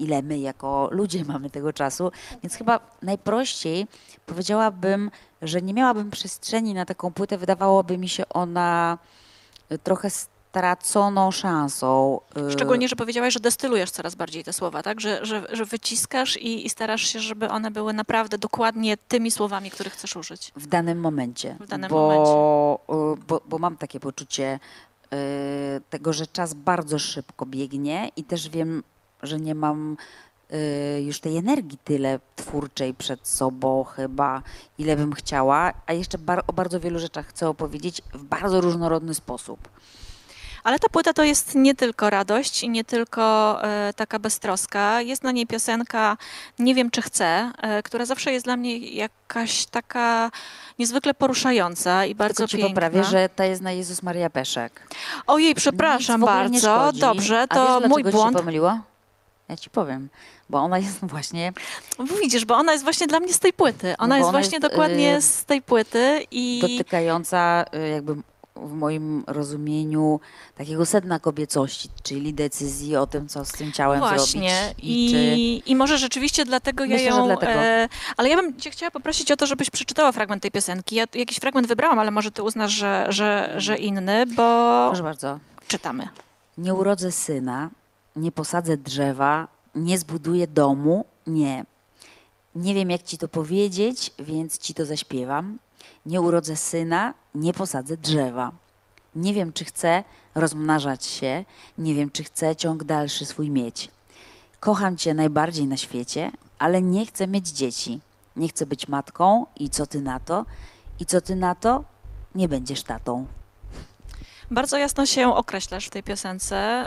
ile my jako ludzie mamy tego czasu. Więc chyba najprościej powiedziałabym, że nie miałabym przestrzeni na taką płytę. Wydawałoby mi się ona trochę straconą szansą. Szczególnie, że powiedziałaś, że destylujesz coraz bardziej te słowa, tak? Że wyciskasz i starasz się, żeby one były naprawdę dokładnie tymi słowami, których chcesz użyć. W danym momencie. W danym momencie. Bo mam takie poczucie tego, że czas bardzo szybko biegnie i też wiem, że nie mam już tej energii tyle twórczej przed sobą chyba, ile bym chciała, a jeszcze o bardzo wielu rzeczach chcę opowiedzieć w bardzo różnorodny sposób. Ale ta płyta to jest nie tylko radość i nie tylko taka beztroska. Jest na niej piosenka Nie wiem, czy chcę, która zawsze jest dla mnie jakaś taka niezwykle poruszająca i bardzo Tylko ci piękna. poprawię, że ta jest na Jezus Maria Peszek. Ojej, przepraszam Nic w ogóle nie bardzo. szkodzi. Dobrze, A to wiesz, mój dlaczego ci błąd. się pomyliło? Ja ci powiem, bo ona jest właśnie... Widzisz, bo ona jest właśnie dla mnie z tej płyty. Ona bo jest ona właśnie jest, dokładnie z tej płyty i dotykająca jakby w moim rozumieniu takiego sedna kobiecości, czyli decyzji o tym, co z tym ciałem właśnie. zrobić. I może rzeczywiście dlatego Myślę, ja że ją... dlatego. Ale ja bym cię chciała poprosić o to, żebyś przeczytała fragment tej piosenki. Ja jakiś fragment wybrałam, ale może ty uznasz, że inny, bo Proszę bardzo. czytamy. Nie urodzę syna, nie posadzę drzewa, nie zbuduję domu, nie. Nie wiem, jak ci to powiedzieć, więc ci to zaśpiewam. Nie urodzę syna, nie posadzę drzewa. Nie wiem, czy chcę rozmnażać się, nie wiem, czy chcę ciąg dalszy swój mieć. Kocham cię najbardziej na świecie, ale nie chcę mieć dzieci. Nie chcę być matką i co ty na to? I co ty na to? Nie będziesz tatą. Bardzo jasno się określasz w tej piosence,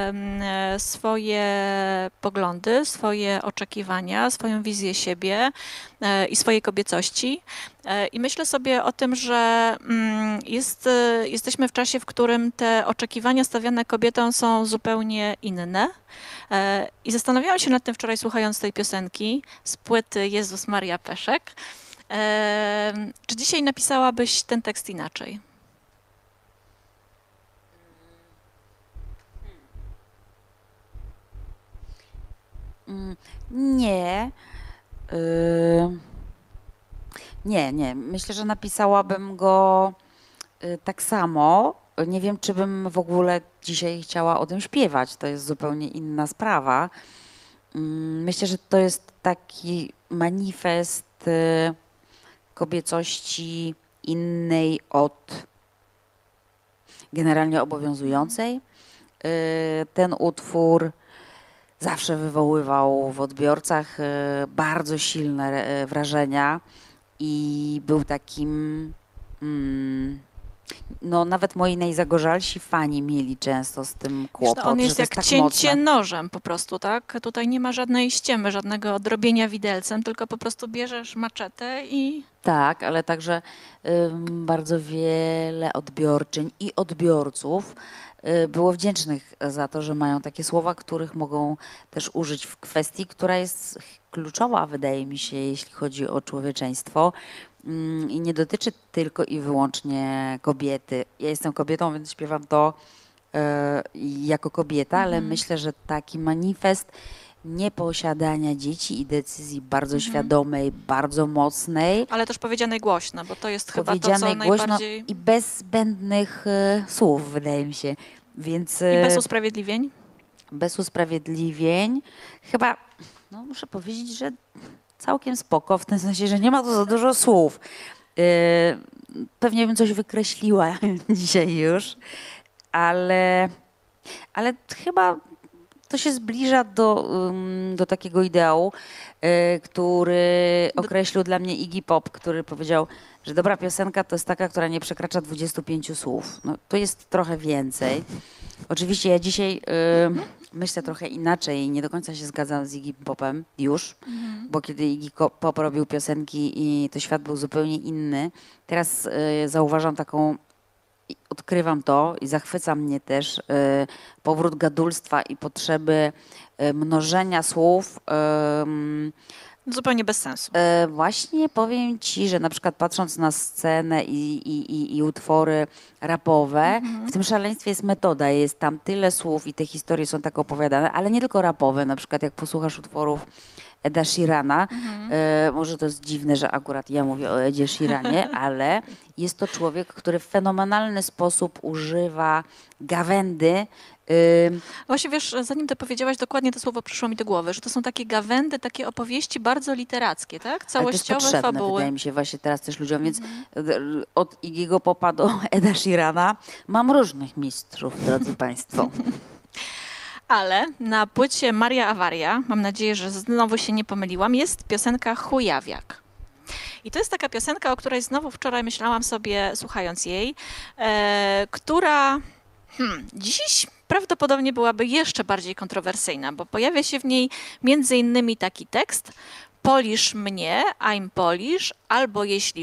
swoje poglądy, swoje oczekiwania, swoją wizję siebie i swojej kobiecości. I myślę sobie o tym, że jesteśmy w czasie, w którym te oczekiwania stawiane kobietom są zupełnie inne. I zastanawiałam się nad tym wczoraj, słuchając tej piosenki z płyty Jezus Maria Peszek. Czy dzisiaj napisałabyś ten tekst inaczej? Nie. Nie. Myślę, że napisałabym go tak samo. Nie wiem, czy bym w ogóle dzisiaj chciała o tym śpiewać. To jest zupełnie inna sprawa. Myślę, że to jest taki manifest kobiecości innej od generalnie obowiązującej. Ten utwór zawsze wywoływał w odbiorcach bardzo silne wrażenia i był takim, no nawet moi najzagorzalsi fani mieli często z tym kłopot. On że jest to jak tak cięcie mocne. nożem po prostu, tak? Tutaj nie ma żadnej ściemy, żadnego odrobienia widelcem, tylko po prostu bierzesz maczetę i... Tak, ale także bardzo wiele odbiorczyń i odbiorców było wdzięcznych za to, że mają takie słowa, których mogą też użyć w kwestii, która jest kluczowa, wydaje mi się, jeśli chodzi o człowieczeństwo i nie dotyczy tylko i wyłącznie kobiety. Ja jestem kobietą, więc śpiewam to jako kobieta, ale myślę, że taki manifest nieposiadania dzieci i decyzji bardzo świadomej, bardzo mocnej, Ale też powiedzianej głośno, bo to jest chyba to, co powiedzianej głośno najbardziej... i bez zbędnych słów, wydaje mi się. Więc I bez usprawiedliwień? bez usprawiedliwień chyba, no muszę powiedzieć, że całkiem spoko, w tym sensie, że nie ma tu za dużo słów. Pewnie bym coś wykreśliła dzisiaj już, ale chyba to się zbliża do takiego ideału, który określił dla mnie Iggy Pop, który powiedział, że dobra piosenka to jest taka, która nie przekracza 25 słów. No, to jest trochę więcej. Oczywiście ja dzisiaj myślę trochę inaczej i nie do końca się zgadzam z Iggy Popem już, bo kiedy Iggy Pop robił piosenki i to świat był zupełnie inny, teraz zauważam taką, odkrywam to i zachwyca mnie też powrót gadulstwa i potrzeby mnożenia słów Zupełnie bez sensu. Właśnie powiem ci, że na przykład patrząc na scenę i utwory rapowe, w tym szaleństwie jest metoda, jest tam tyle słów i te historie są tak opowiadane, ale nie tylko rapowe, na przykład jak posłuchasz utworów Eda Sheerana, może to jest dziwne, że akurat ja mówię o Edzie Sheeranie, ale jest to człowiek, który w fenomenalny sposób używa gawędy. Właśnie wiesz, zanim ty powiedziałaś, dokładnie to słowo przyszło mi do głowy, że to są takie gawędy, takie opowieści bardzo literackie, tak? Całościowe ale to jest fabuły. wydaje mi się właśnie teraz też ludziom, więc od Iggy'ego Popa do Eda Sheerana mam różnych mistrzów, drodzy Państwo. Ale na płycie Maria Awaria, mam nadzieję, że znowu się nie pomyliłam, jest piosenka Chujawiak. I to jest taka piosenka, o której znowu wczoraj myślałam sobie, słuchając jej, która dziś prawdopodobnie byłaby jeszcze bardziej kontrowersyjna, bo pojawia się w niej między innymi taki tekst: polisz mnie, I'm Polish, albo jeśli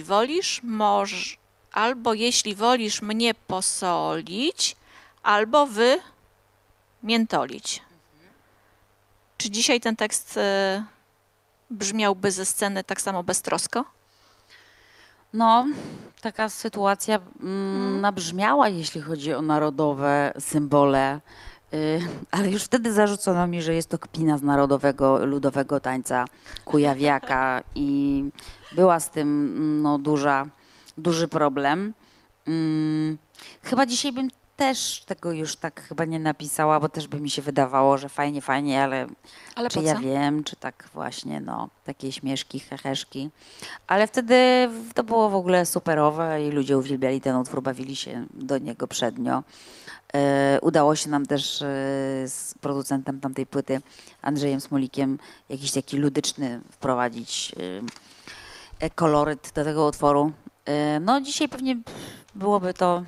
wolisz mnie posolić, albo miętolić. Czy dzisiaj ten tekst brzmiałby ze sceny tak samo beztrosko? No, taka sytuacja nabrzmiała, jeśli chodzi o narodowe symbole, ale już wtedy zarzucono mi, że jest to kpina z narodowego, ludowego tańca Kujawiaka i była z tym duży problem. Chyba dzisiaj bym też tego już tak chyba nie napisała, bo też by mi się wydawało, że fajnie, ale czy ja wiem, czy tak właśnie, takie śmieszki, heheszki. Ale wtedy to było w ogóle superowe i ludzie uwielbiali ten utwór, bawili się do niego przednio. Udało się nam też z producentem tamtej płyty, Andrzejem Smolikiem, jakiś taki ludyczny wprowadzić koloryt do tego utworu. No dzisiaj pewnie byłoby to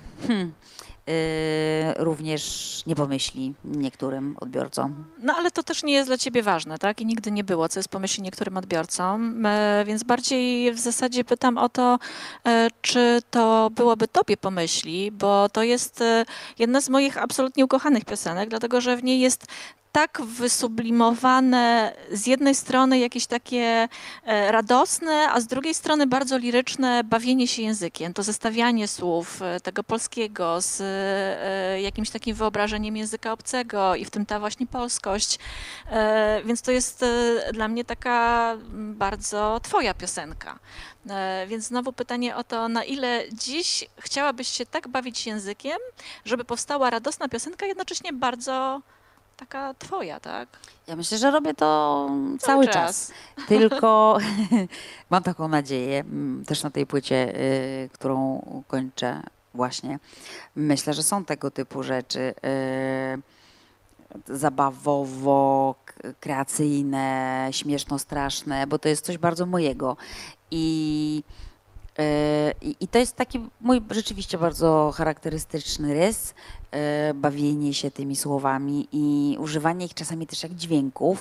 również nie pomyśli niektórym odbiorcom. No ale to też nie jest dla ciebie ważne, tak? I nigdy nie było, co jest pomyśli niektórym odbiorcom. Więc bardziej w zasadzie pytam o to, czy to byłoby tobie pomyśli, bo to jest jedna z moich absolutnie ukochanych piosenek, dlatego że w niej jest tak wysublimowane z jednej strony jakieś takie radosne, a z drugiej strony bardzo liryczne bawienie się językiem. To zestawianie słów tego polskiego z jakimś takim wyobrażeniem języka obcego i w tym ta właśnie polskość. Więc to jest dla mnie taka bardzo twoja piosenka. Więc znowu pytanie o to, na ile dziś chciałabyś się tak bawić językiem, żeby powstała radosna piosenka, jednocześnie bardzo taka twoja, tak? Ja myślę, że robię to cały czas. Tylko mam taką nadzieję, też na tej płycie, którą kończę właśnie. Myślę, że są tego typu rzeczy zabawowo, kreacyjne, śmieszno-straszne, bo to jest coś bardzo mojego. I to jest taki mój rzeczywiście bardzo charakterystyczny rys, bawienie się tymi słowami i używanie ich czasami też jak dźwięków.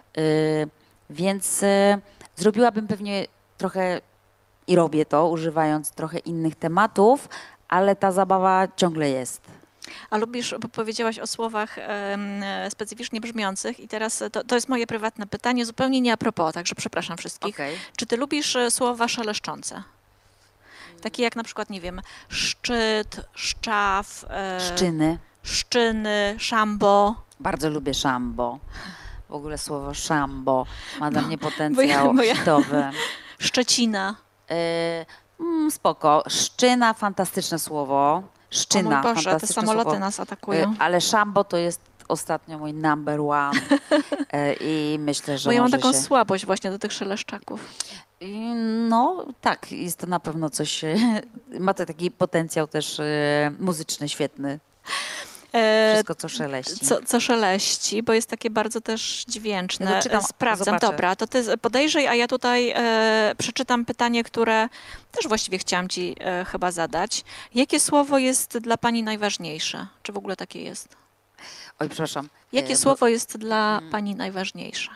Więc zrobiłabym pewnie trochę i robię to, używając trochę innych tematów, ale ta zabawa ciągle jest. A lubisz, bo powiedziałaś o słowach specyficznie brzmiących i teraz to jest moje prywatne pytanie, zupełnie nie a propos, także przepraszam wszystkich. Okay. Czy ty lubisz słowa szeleszczące? Takie jak na przykład, nie wiem, szczyt, szczaw, szczyny, szambo. Bardzo lubię szambo. W ogóle słowo szambo ma dla mnie potencjał hitowy. Szczecina. Spoko. Szczyna, fantastyczne słowo. Szczyna, o mój Boże, te samoloty słowo. nas atakują. Ale szambo to jest ostatnio mój number one. I myślę, że bo ja mam taką słabość właśnie do tych szeleszczaków. No tak, jest to na pewno coś, ma to taki potencjał też muzyczny, świetny. Wszystko, co szeleści. Co szeleści, bo jest takie bardzo też dźwięczne. Ja czytam, sprawdzam. zobaczę. Dobra, to ty podejrzyj, a ja tutaj przeczytam pytanie, które też właściwie chciałam ci chyba zadać. Jakie słowo jest dla pani najważniejsze? Czy w ogóle takie jest? Oj, przepraszam. Jakie słowo jest dla pani najważniejsze?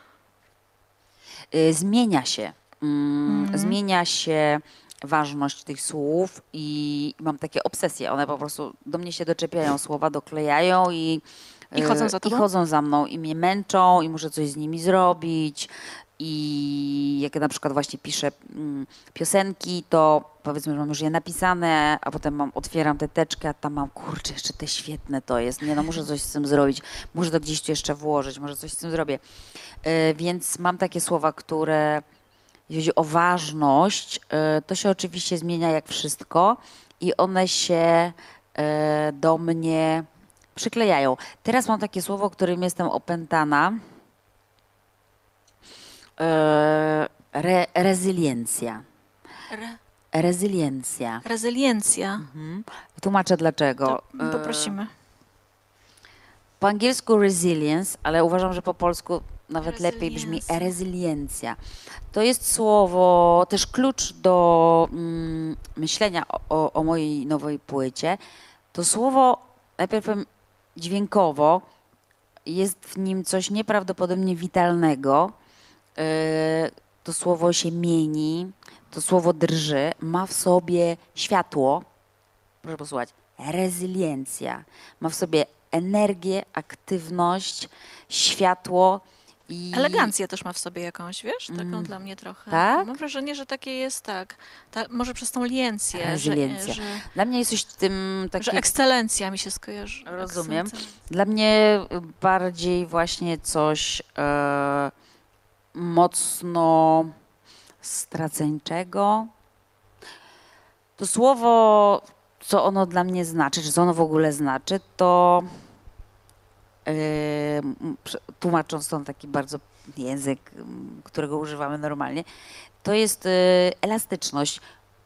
Zmienia się. Zmienia się ważność tych słów i mam takie obsesje. One po prostu do mnie się doczepiają, słowa doklejają i chodzą za tobą? I chodzą za mną i mnie męczą i muszę coś z nimi zrobić I jak na przykład właśnie piszę piosenki, to powiedzmy, że mam już je napisane, a potem otwieram tę teczkę, a tam mam, kurczę, jeszcze te świetne to jest. Nie no, muszę coś z tym zrobić, muszę to gdzieś tu jeszcze włożyć, może coś z tym zrobię. Więc mam takie słowa, które, jeśli chodzi o ważność, to się oczywiście zmienia jak wszystko i one się do mnie przyklejają. Teraz mam takie słowo, którym jestem opętana. Rezyliencja. Rezyliencja. Rezyliencja. Tłumaczę dlaczego. Poprosimy. Po angielsku resilience, ale uważam, że po polsku nawet lepiej brzmi Rezyliencja. rezyliencja. To jest słowo, też klucz do myślenia o mojej nowej płycie. To słowo, najpierw powiem dźwiękowo, jest w nim coś nieprawdopodobnie witalnego. To słowo się mieni, to słowo drży, ma w sobie światło, proszę posłuchać, rezyliencja, ma w sobie energię, aktywność, światło i... Elegancję też ma w sobie jakąś, wiesz? Taką dla mnie trochę. Tak? Mam wrażenie, że takie jest może przez tą liencję. Rezyliencja. Że Dla mnie jest coś w tym że takiego... ekscelencja mi się skojarzy. Rozumiem. Ekscelencja. Dla mnie bardziej właśnie coś mocno straceńczego. To słowo, co ono dla mnie znaczy, czy co ono w ogóle znaczy, to tłumacząc to na taki bardzo język, którego używamy normalnie, to jest elastyczność,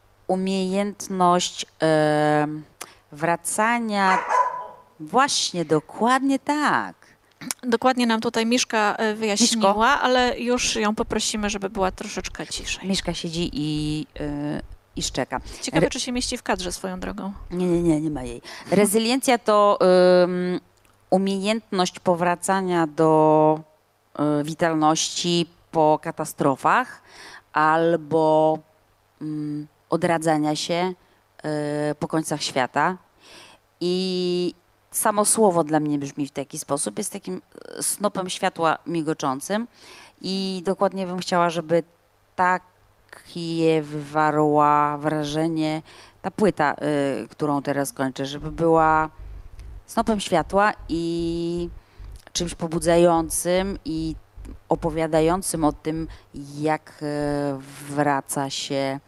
umiejętność wracania, właśnie dokładnie tak. Dokładnie nam tutaj Miszka wyjaśniła, ale już ją poprosimy, żeby była troszeczkę ciszej. Mieszka siedzi i szczeka. Ciekawe, czy się mieści w kadrze swoją drogą. Nie ma jej. Rezyliencja to umiejętność powracania do witalności po katastrofach albo odradzania się po końcach świata. I samo słowo dla mnie brzmi w taki sposób, jest takim snopem światła migoczącym i dokładnie bym chciała, żeby takie wywarła wrażenie ta płyta, którą teraz kończę, żeby była snopem światła i czymś pobudzającym i opowiadającym o tym, jak wraca się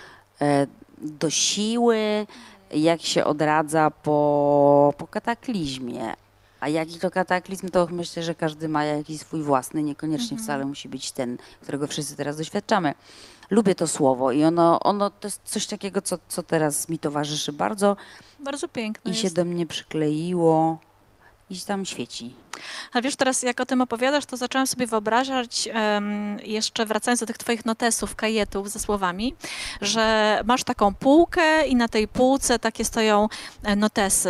do siły, jak się odradza po kataklizmie. A jaki to kataklizm, to myślę, że każdy ma jakiś swój własny, niekoniecznie wcale musi być ten, którego wszyscy teraz doświadczamy. Lubię to słowo i ono to jest coś takiego, co teraz mi towarzyszy bardzo Bardzo piękne i jest. się do mnie przykleiło i tam świeci. Ale wiesz, teraz jak o tym opowiadasz, to zaczęłam sobie wyobrażać, jeszcze wracając do tych twoich notesów, kajetów ze słowami, że masz taką półkę i na tej półce takie stoją notesy.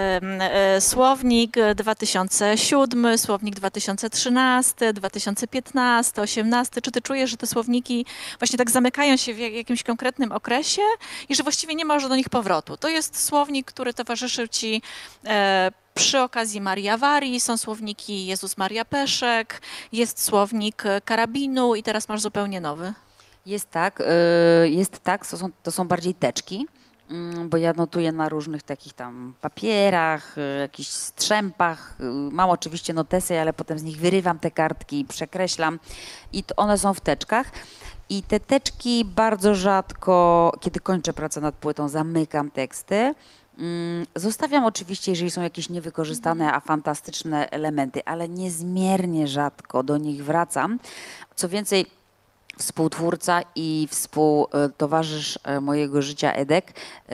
Słownik 2007, słownik 2013, 2015, 2018. Czy ty czujesz, że te słowniki właśnie tak zamykają się w jakimś konkretnym okresie i że właściwie nie ma już do nich powrotu? To jest słownik, który towarzyszył ci przy okazji Marii Awarii, są słowniki Jezus Maria Peszek, jest słownik karabinu i teraz masz zupełnie nowy. Jest tak, to są bardziej teczki, bo ja notuję na różnych takich tam papierach, jakichś strzępach. Mam oczywiście notesy, ale potem z nich wyrywam te kartki i przekreślam i one są w teczkach. I te teczki bardzo rzadko, kiedy kończę pracę nad płytą, zamykam teksty. Zostawiam oczywiście, jeżeli są jakieś niewykorzystane, a fantastyczne elementy, ale niezmiernie rzadko do nich wracam. Co więcej, współtwórca i współtowarzysz mojego życia Edek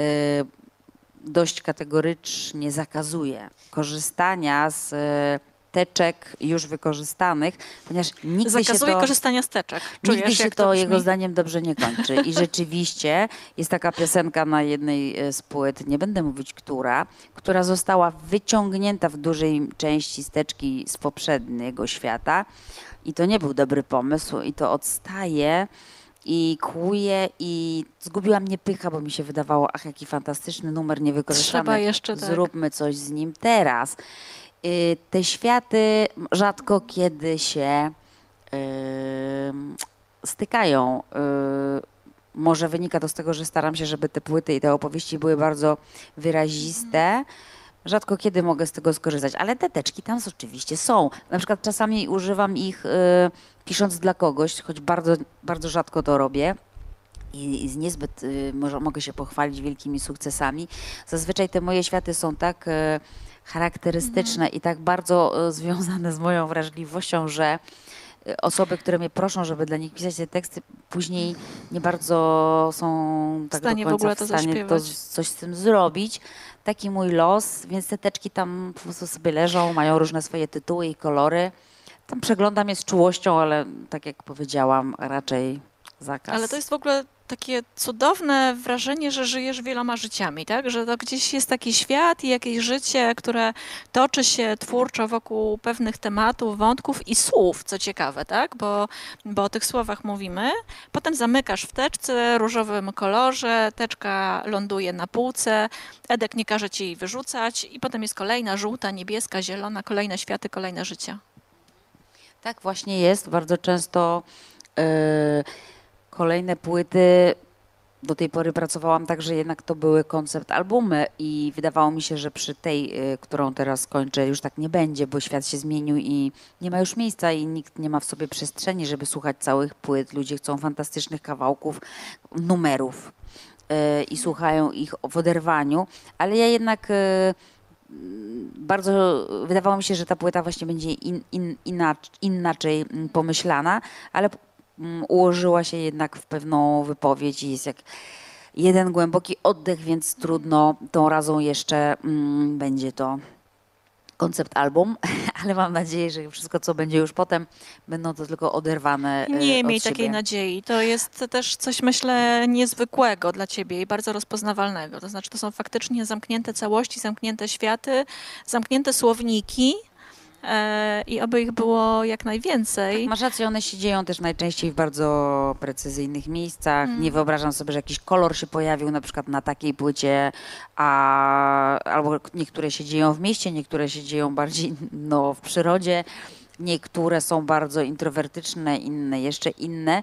dość kategorycznie zakazuje korzystania z teczek już wykorzystanych, ponieważ Zakazuje korzystania z teczek. Czujesz, nigdy się jak to brzmi? jego zdaniem dobrze nie kończy. I rzeczywiście jest taka piosenka na jednej z płyt, nie będę mówić która została wyciągnięta w dużej części z teczki z poprzedniego świata. I to nie był dobry pomysł i to odstaje i kłuje i zgubiła mnie pycha, bo mi się wydawało, ach, jaki fantastyczny numer niewykorzystany. Trzeba jeszcze tak. Zróbmy coś z nim teraz. Te światy rzadko kiedy się stykają. Może wynika to z tego, że staram się, żeby te płyty i te opowieści były bardzo wyraziste. Rzadko kiedy mogę z tego skorzystać, ale te teczki tam oczywiście są. Na przykład czasami używam ich pisząc dla kogoś, choć bardzo, bardzo rzadko to robię. I niezbyt mogę się pochwalić wielkimi sukcesami. Zazwyczaj te moje światy są tak charakterystyczne i tak bardzo związane z moją wrażliwością, że osoby, które mnie proszą, żeby dla nich pisać te teksty, później nie bardzo są tak do końca w stanie coś z tym zrobić. Taki mój los, więc te teczki tam po prostu sobie leżą, mają różne swoje tytuły i kolory. Tam przeglądam je z czułością, ale tak jak powiedziałam, raczej zakaz. Ale to jest w ogóle takie cudowne wrażenie, że żyjesz wieloma życiami, tak? Że to gdzieś jest taki świat i jakieś życie, które toczy się twórczo wokół pewnych tematów, wątków i słów, co ciekawe, tak? Bo o tych słowach mówimy. Potem zamykasz w teczce, różowym kolorze, teczka ląduje na półce, Edek nie każe ci jej wyrzucać i potem jest kolejna żółta, niebieska, zielona, kolejne światy, kolejne życia. Tak właśnie jest. Bardzo często kolejne płyty, do tej pory pracowałam tak, że jednak to były koncept albumy i wydawało mi się, że przy tej, którą teraz kończę, już tak nie będzie, bo świat się zmienił i nie ma już miejsca i nikt nie ma w sobie przestrzeni, żeby słuchać całych płyt. Ludzie chcą fantastycznych kawałków, numerów i słuchają ich w oderwaniu, ale ja jednak bardzo wydawało mi się, że ta płyta właśnie będzie inaczej pomyślana, ale ułożyła się jednak w pewną wypowiedź i jest jak jeden głęboki oddech, więc trudno tą razą jeszcze będzie to koncept album, ale mam nadzieję, że wszystko, co będzie już potem, będą to tylko oderwane Nie od miej siebie. takiej nadziei. To jest też coś, myślę, niezwykłego dla ciebie i bardzo rozpoznawalnego. To znaczy, to są faktycznie zamknięte całości, zamknięte światy, zamknięte słowniki i oby ich było jak najwięcej. Tak, masz rację, one się dzieją też najczęściej w bardzo precyzyjnych miejscach. Nie wyobrażam sobie, że jakiś kolor się pojawił na przykład na takiej płycie, albo niektóre się dzieją w mieście, niektóre się dzieją bardziej w przyrodzie, niektóre są bardzo introwertyczne, inne jeszcze inne.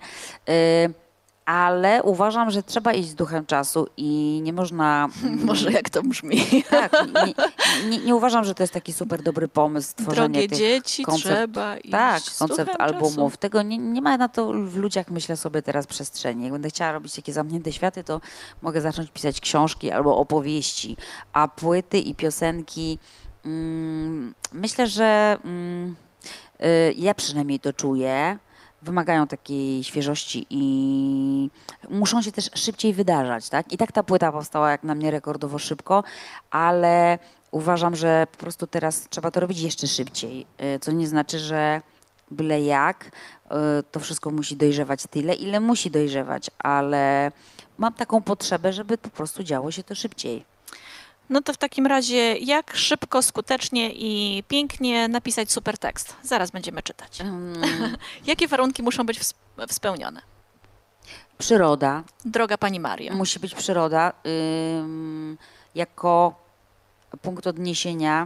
Ale uważam, że trzeba iść z duchem czasu i nie można... Może jak to brzmi. Tak, nie uważam, że to jest taki super dobry pomysł stworzenie Drogie tych dzieci, trzeba iść Tak, z koncept duchem albumów. czasu. Tego nie ma na to w ludziach, myślę sobie teraz, przestrzeni. Jak będę chciała robić takie zamknięte światy, to mogę zacząć pisać książki albo opowieści, a płyty i piosenki myślę, że ja przynajmniej to czuję, wymagają takiej świeżości i muszą się też szybciej wydarzać, tak? I tak ta płyta powstała jak na mnie rekordowo szybko, ale uważam, że po prostu teraz trzeba to robić jeszcze szybciej, co nie znaczy, że byle jak, to wszystko musi dojrzewać tyle, ile musi dojrzewać, ale mam taką potrzebę, żeby po prostu działo się to szybciej. No to w takim razie, jak szybko, skutecznie i pięknie napisać super tekst? Zaraz będziemy czytać. Jakie warunki muszą być spełnione? Przyroda. Droga pani Mario. Musi być przyroda jako punkt odniesienia.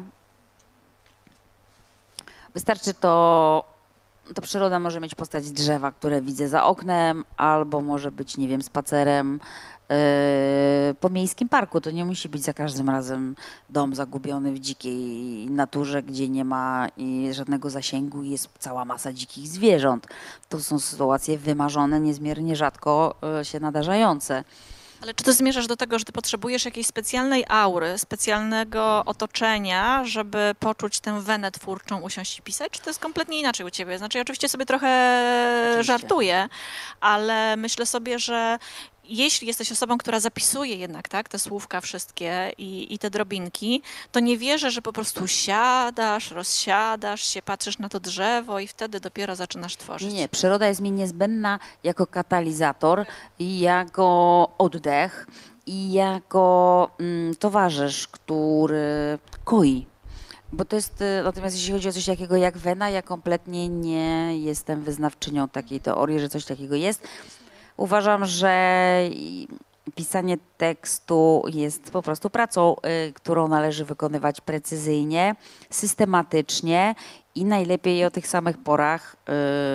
Wystarczy to przyroda może mieć postać drzewa, które widzę za oknem, albo może być, nie wiem, spacerem po miejskim parku. To nie musi być za każdym razem dom zagubiony w dzikiej naturze, gdzie nie ma żadnego zasięgu i jest cała masa dzikich zwierząt. To są sytuacje wymarzone, niezmiernie rzadko się nadarzające. Ale czy ty zmierzasz do tego, że ty potrzebujesz jakiejś specjalnej aury, specjalnego otoczenia, żeby poczuć tę wenę twórczą, usiąść i pisać? Czy to jest kompletnie inaczej u ciebie? Znaczy, ja oczywiście sobie trochę żartuję, ale myślę sobie, że jeśli jesteś osobą, która zapisuje jednak tak, te słówka wszystkie i te drobinki, to nie wierzę, że po prostu siadasz, rozsiadasz się, patrzysz na to drzewo i wtedy dopiero zaczynasz tworzyć. Nie, przyroda jest mi niezbędna jako katalizator i jako oddech i jako towarzysz, który koi. Bo to jest, natomiast jeśli chodzi o coś takiego jak wena, ja kompletnie nie jestem wyznawczynią takiej teorii, że coś takiego jest. Uważam, że pisanie tekstu jest po prostu pracą, którą należy wykonywać precyzyjnie, systematycznie i najlepiej o tych samych porach,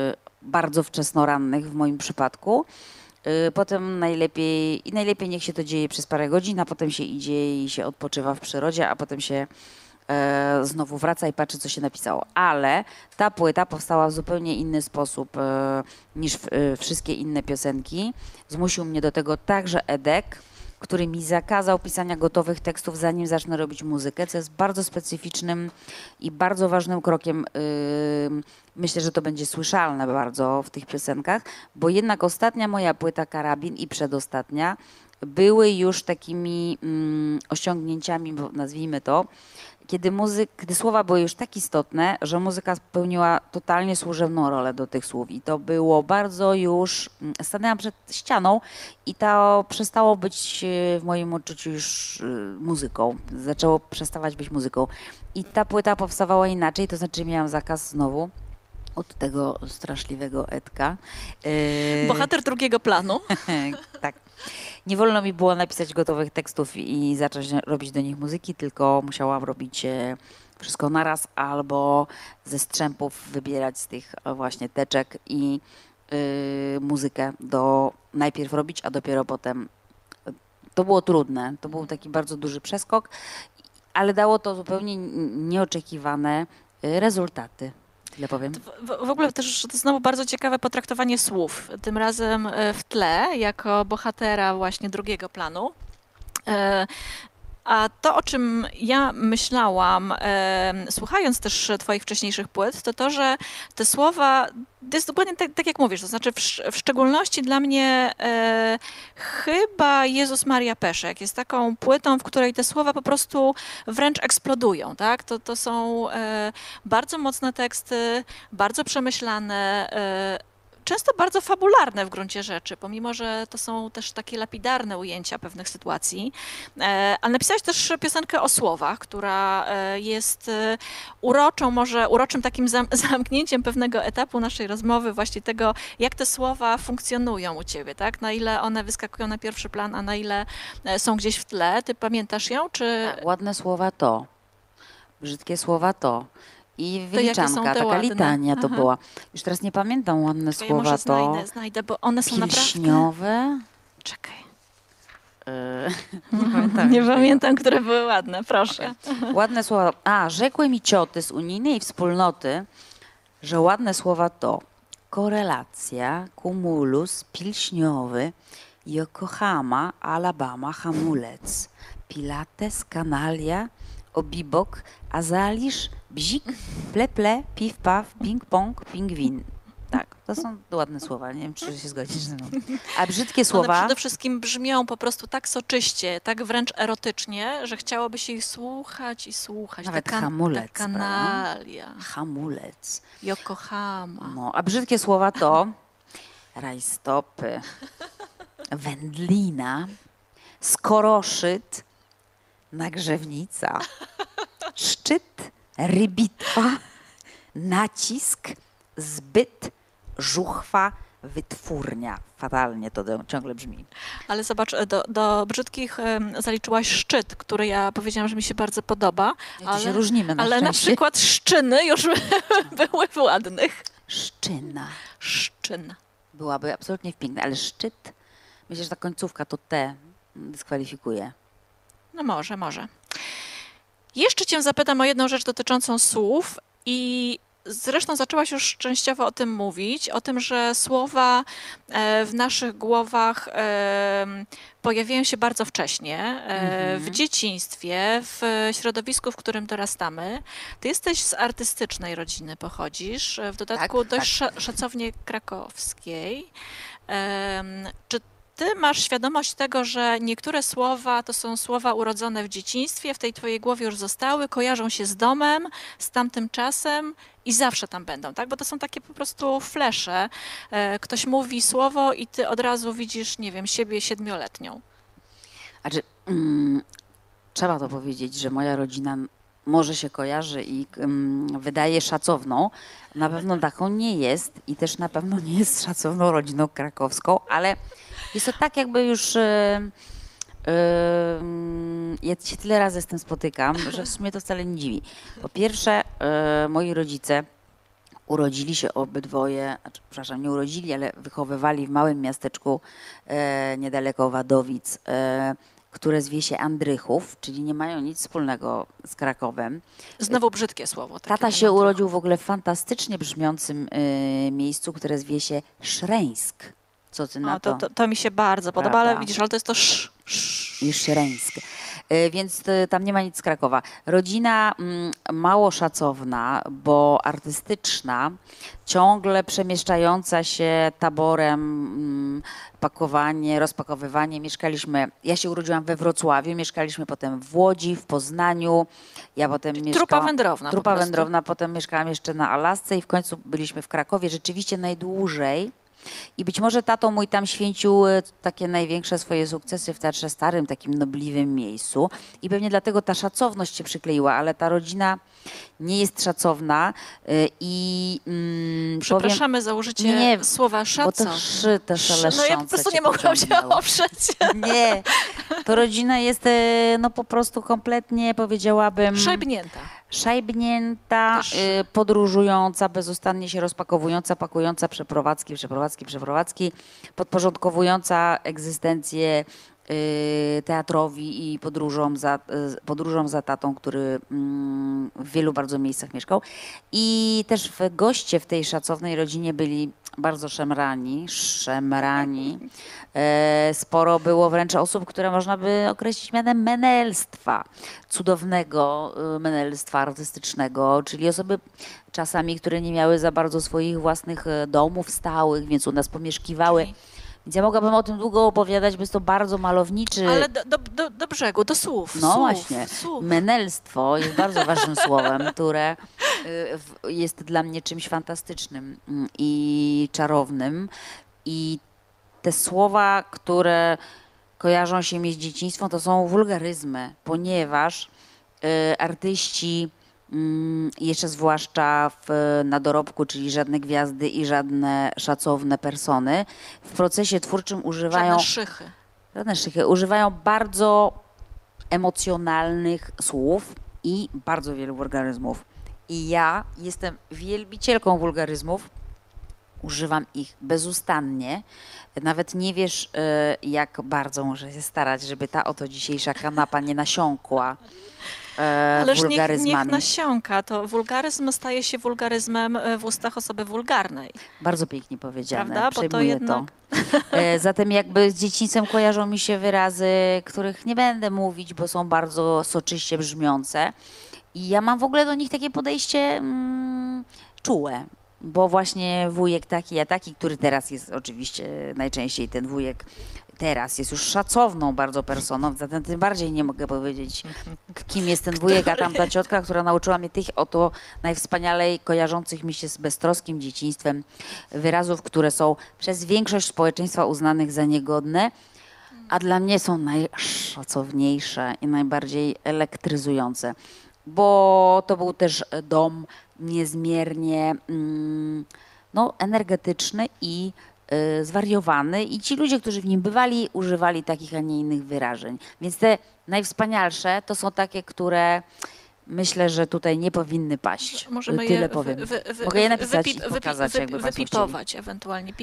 bardzo wczesnorannych w moim przypadku. Potem najlepiej niech się to dzieje przez parę godzin, a potem się idzie i się odpoczywa w przyrodzie, a potem się znowu wraca i patrzy, co się napisało. Ale ta płyta powstała w zupełnie inny sposób niż wszystkie inne piosenki. Zmusił mnie do tego także Edek, który mi zakazał pisania gotowych tekstów, zanim zacznę robić muzykę, co jest bardzo specyficznym i bardzo ważnym krokiem. Myślę, że to będzie słyszalne bardzo w tych piosenkach, bo jednak ostatnia moja płyta Karabin i przedostatnia były już takimi osiągnięciami, nazwijmy to, kiedy słowa były już tak istotne, że muzyka spełniła totalnie służebną rolę do tych słów. I to było bardzo już... Stanęłam przed ścianą i to przestało być w moim odczuciu już muzyką. Zaczęło przestawać być muzyką. I ta płyta powstawała inaczej, to znaczy miałam zakaz znowu od tego straszliwego Edka. Bohater drugiego planu. Tak. Nie wolno mi było napisać gotowych tekstów i zacząć robić do nich muzyki, tylko musiałam robić wszystko naraz albo ze strzępów wybierać z tych właśnie teczek i muzykę najpierw robić, a dopiero potem. To było trudne. To był taki bardzo duży przeskok, ale dało to zupełnie nieoczekiwane rezultaty. Tyle powiem. W ogóle też to znowu bardzo ciekawe potraktowanie słów. Tym razem w tle, jako bohatera właśnie drugiego planu. A to, o czym ja myślałam, słuchając też twoich wcześniejszych płyt, to to, że te słowa, to jest dokładnie tak jak mówisz, to znaczy w szczególności dla mnie chyba Jezus Maria Peszek jest taką płytą, w której te słowa po prostu wręcz eksplodują, tak? To są bardzo mocne teksty, bardzo przemyślane, często bardzo fabularne w gruncie rzeczy, pomimo że to są też takie lapidarne ujęcia pewnych sytuacji. Ale napisałaś też piosenkę o słowach, która jest może uroczym takim zamknięciem pewnego etapu naszej rozmowy, właśnie tego, jak te słowa funkcjonują u ciebie, tak? Na ile one wyskakują na pierwszy plan, a na ile są gdzieś w tle. Ty pamiętasz ją? Czy... Tak, ładne słowa to, brzydkie słowa to. I wyliczanka, taka ładne? litania to była. Już teraz nie pamiętam, ładne Czekaj, słowa ja to. znajdę, bo one są pilśniowe. naprawdę... Czekaj. Nie pamiętam. Nie pamiętam, które były ładne, proszę. Okay. Ładne słowa. Rzekły mi cioty z unijnej wspólnoty, że ładne słowa to korelacja, kumulus, pilśniowy, Yokohama, Alabama, hamulec, pilates, kanalia, obibok, azalisz, bzik, ple, piw, paw, ping-pong, pingwin. Tak, to są ładne słowa, nie wiem, czy się zgodzisz ze mną. A brzydkie słowa... One przede wszystkim brzmią po prostu tak soczyście, tak wręcz erotycznie, że chciałoby się ich słuchać i słuchać. Nawet hamulec, ta kanalia. Prawda? Hamulec. Yokohama. No, a brzydkie słowa to rajstopy, wędlina, skoroszyt, nagrzewnica, szczyt, rybitwa, nacisk, zbyt, żuchwa, wytwórnia. Fatalnie to ciągle brzmi. Ale zobacz, do brzydkich zaliczyłaś szczyt, który ja powiedziałam, że mi się bardzo podoba. Ale się różnimy na Ale szczęście. na przykład szczyny już były w ładnych. Szczyna. Szczyn. Byłaby absolutnie piękna, ale szczyt, myślę, że ta końcówka to T dyskwalifikuje. No może. Jeszcze cię zapytam o jedną rzecz dotyczącą słów i zresztą zaczęłaś już częściowo o tym mówić, o tym, że słowa w naszych głowach pojawiają się bardzo wcześnie, w dzieciństwie, w środowisku, w którym dorastamy. Ty jesteś z artystycznej rodziny, pochodzisz, w dodatku dość szacownie krakowskiej. Czy ty masz świadomość tego, że niektóre słowa to są słowa urodzone w dzieciństwie, w tej twojej głowie już zostały, kojarzą się z domem, z tamtym czasem i zawsze tam będą, tak? Bo to są takie po prostu flesze. Ktoś mówi słowo i ty od razu widzisz, nie wiem, siebie 7-letnią. Znaczy, trzeba to powiedzieć, że moja rodzina może się kojarzy i wydaje szacowną. Na pewno taką nie jest i też na pewno nie jest szacowną rodziną krakowską, ale jest to tak jakby już... ja się tyle razy z tym spotykam, że w sumie to wcale nie dziwi. Po pierwsze, moi rodzice urodzili się obydwoje, przepraszam, nie urodzili, ale wychowywali w małym miasteczku niedaleko Wadowic, które zwie się Andrychów, czyli nie mają nic wspólnego z Krakowem. Znowu brzydkie słowo. Tata się urodził w ogóle w fantastycznie brzmiącym miejscu, które zwie się Szreńsk. Co ty na to? To mi się bardzo podoba, ale widzisz, ale to jest to I Szreńsk. Więc tam nie ma nic z Krakowa. Rodzina mało szacowna, bo artystyczna, ciągle przemieszczająca się taborem, pakowanie, rozpakowywanie. Ja się urodziłam we Wrocławiu, mieszkaliśmy potem w Łodzi, w Poznaniu. Ja potem Trupa wędrowna. Trupa wędrowna, potem mieszkałam jeszcze na Alasce i w końcu byliśmy w Krakowie, rzeczywiście najdłużej. I być może tato mój tam święcił takie największe swoje sukcesy w Teatrze Starym, takim nobliwym miejscu. I pewnie dlatego ta szacowność się przykleiła, ale ta rodzina nie jest szacowna i przepraszamy za użycie słowa szaco. Bo to też no ja po prostu nie mogłam się oprzeć. Nie, to rodzina jest no po prostu kompletnie, powiedziałabym... Szajbnięta, podróżująca, bezustannie się rozpakowująca, pakująca przeprowadzki, podporządkowująca egzystencję teatrowi i podróżom za tatą, który w wielu bardzo miejscach mieszkał. I też goście w tej szacownej rodzinie byli bardzo szemrani. Sporo było wręcz osób, które można by określić mianem menelstwa, cudownego menelstwa artystycznego, czyli osoby czasami, które nie miały za bardzo swoich własnych domów stałych, więc u nas pomieszkiwały. Więc ja mogłabym o tym długo opowiadać, bo jest to bardzo malowniczy... Ale do brzegu, do słów. No właśnie. Menelstwo jest bardzo ważnym słowem, które jest dla mnie czymś fantastycznym i czarownym. I te słowa, które kojarzą się mi z dzieciństwem, to są wulgaryzmy, ponieważ artyści, jeszcze zwłaszcza na dorobku, czyli żadne gwiazdy i żadne szacowne persony, w procesie twórczym używają... Żadne szychy. Używają bardzo emocjonalnych słów i bardzo wielu wulgaryzmów. I ja jestem wielbicielką wulgaryzmów. Używam ich bezustannie. Nawet nie wiesz, jak bardzo muszę się starać, żeby ta oto dzisiejsza kanapa nie nasiąkła wulgaryzmami. Niech nasiąka. To wulgaryzm staje się wulgaryzmem w ustach osoby wulgarnej. Bardzo pięknie powiedziane. Prawda? Bo to jednak... Zatem jakby z dzieciństwem kojarzą mi się wyrazy, których nie będę mówić, bo są bardzo soczyście brzmiące. I ja mam w ogóle do nich takie podejście czułe. Bo właśnie wujek taki, a taki, który teraz jest oczywiście najczęściej ten wujek, teraz jest już szacowną bardzo personą, zatem tym bardziej nie mogę powiedzieć, kim jest ten wujek, a tamta ciotka, która nauczyła mnie tych oto najwspanialej kojarzących mi się z beztroskim dzieciństwem wyrazów, które są przez większość społeczeństwa uznanych za niegodne, a dla mnie są najszacowniejsze i najbardziej elektryzujące. Bo to był też dom niezmiernie energetyczny i zwariowany i ci ludzie, którzy w nim bywali, używali takich, a nie innych wyrażeń. Więc te najwspanialsze to są takie, które myślę, że tutaj nie powinny paść. Możemy Tyle powiem. Mogę je napisać i pokazać, jakby wypipować ewentualnie.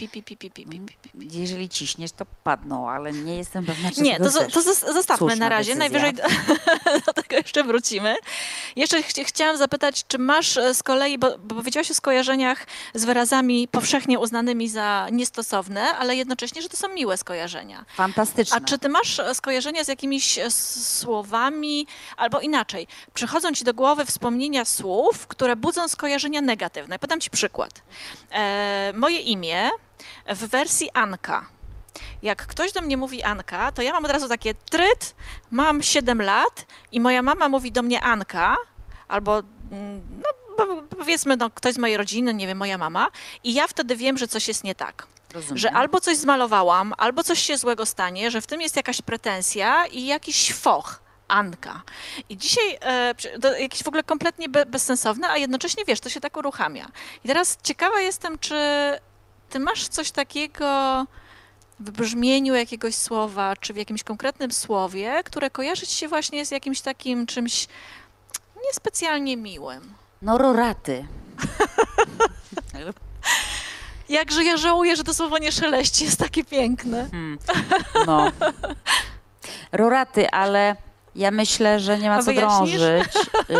Jeżeli ciśniesz, to padną, ale nie jestem pewna, czy nie, to zostawmy na razie. Decyzja. Najwyżej do tego jeszcze wrócimy. Jeszcze chciałam zapytać, czy masz z kolei, bo powiedziałaś o skojarzeniach z wyrazami powszechnie uznanymi za niestosowne, ale jednocześnie, że to są miłe skojarzenia. Fantastyczne. A czy ty masz skojarzenia z jakimiś słowami, albo inaczej, przychodzą ci do głowy wspomnienia słów, które budzą skojarzenia negatywne? Podam ci przykład. Moje imię w wersji Anka. Jak ktoś do mnie mówi Anka, to ja mam od razu takie tryt, mam 7 lat i moja mama mówi do mnie Anka, albo powiedzmy ktoś z mojej rodziny, nie wiem, moja mama, i ja wtedy wiem, że coś jest nie tak. Rozumiem. Że albo coś zmalowałam, albo coś się złego stanie, że w tym jest jakaś pretensja i jakiś foch. Anka. I dzisiaj jakieś w ogóle kompletnie bezsensowne, a jednocześnie wiesz, to się tak uruchamia. I teraz ciekawa jestem, czy ty masz coś takiego w brzmieniu jakiegoś słowa, czy w jakimś konkretnym słowie, które kojarzy ci się właśnie z jakimś takim czymś niespecjalnie miłym. No roraty. Jakże ja żałuję, że to słowo nie szeleści, jest takie piękne. No. Roraty, ale ja myślę, że nie ma A co wyjaśnisz? drążyć.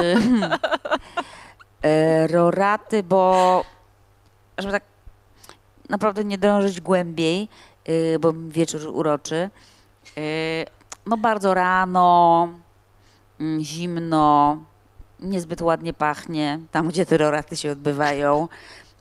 Roraty, bo żeby tak naprawdę nie drążyć głębiej, bo wieczór uroczy. No bardzo rano, zimno, niezbyt ładnie pachnie, tam gdzie te roraty się odbywają.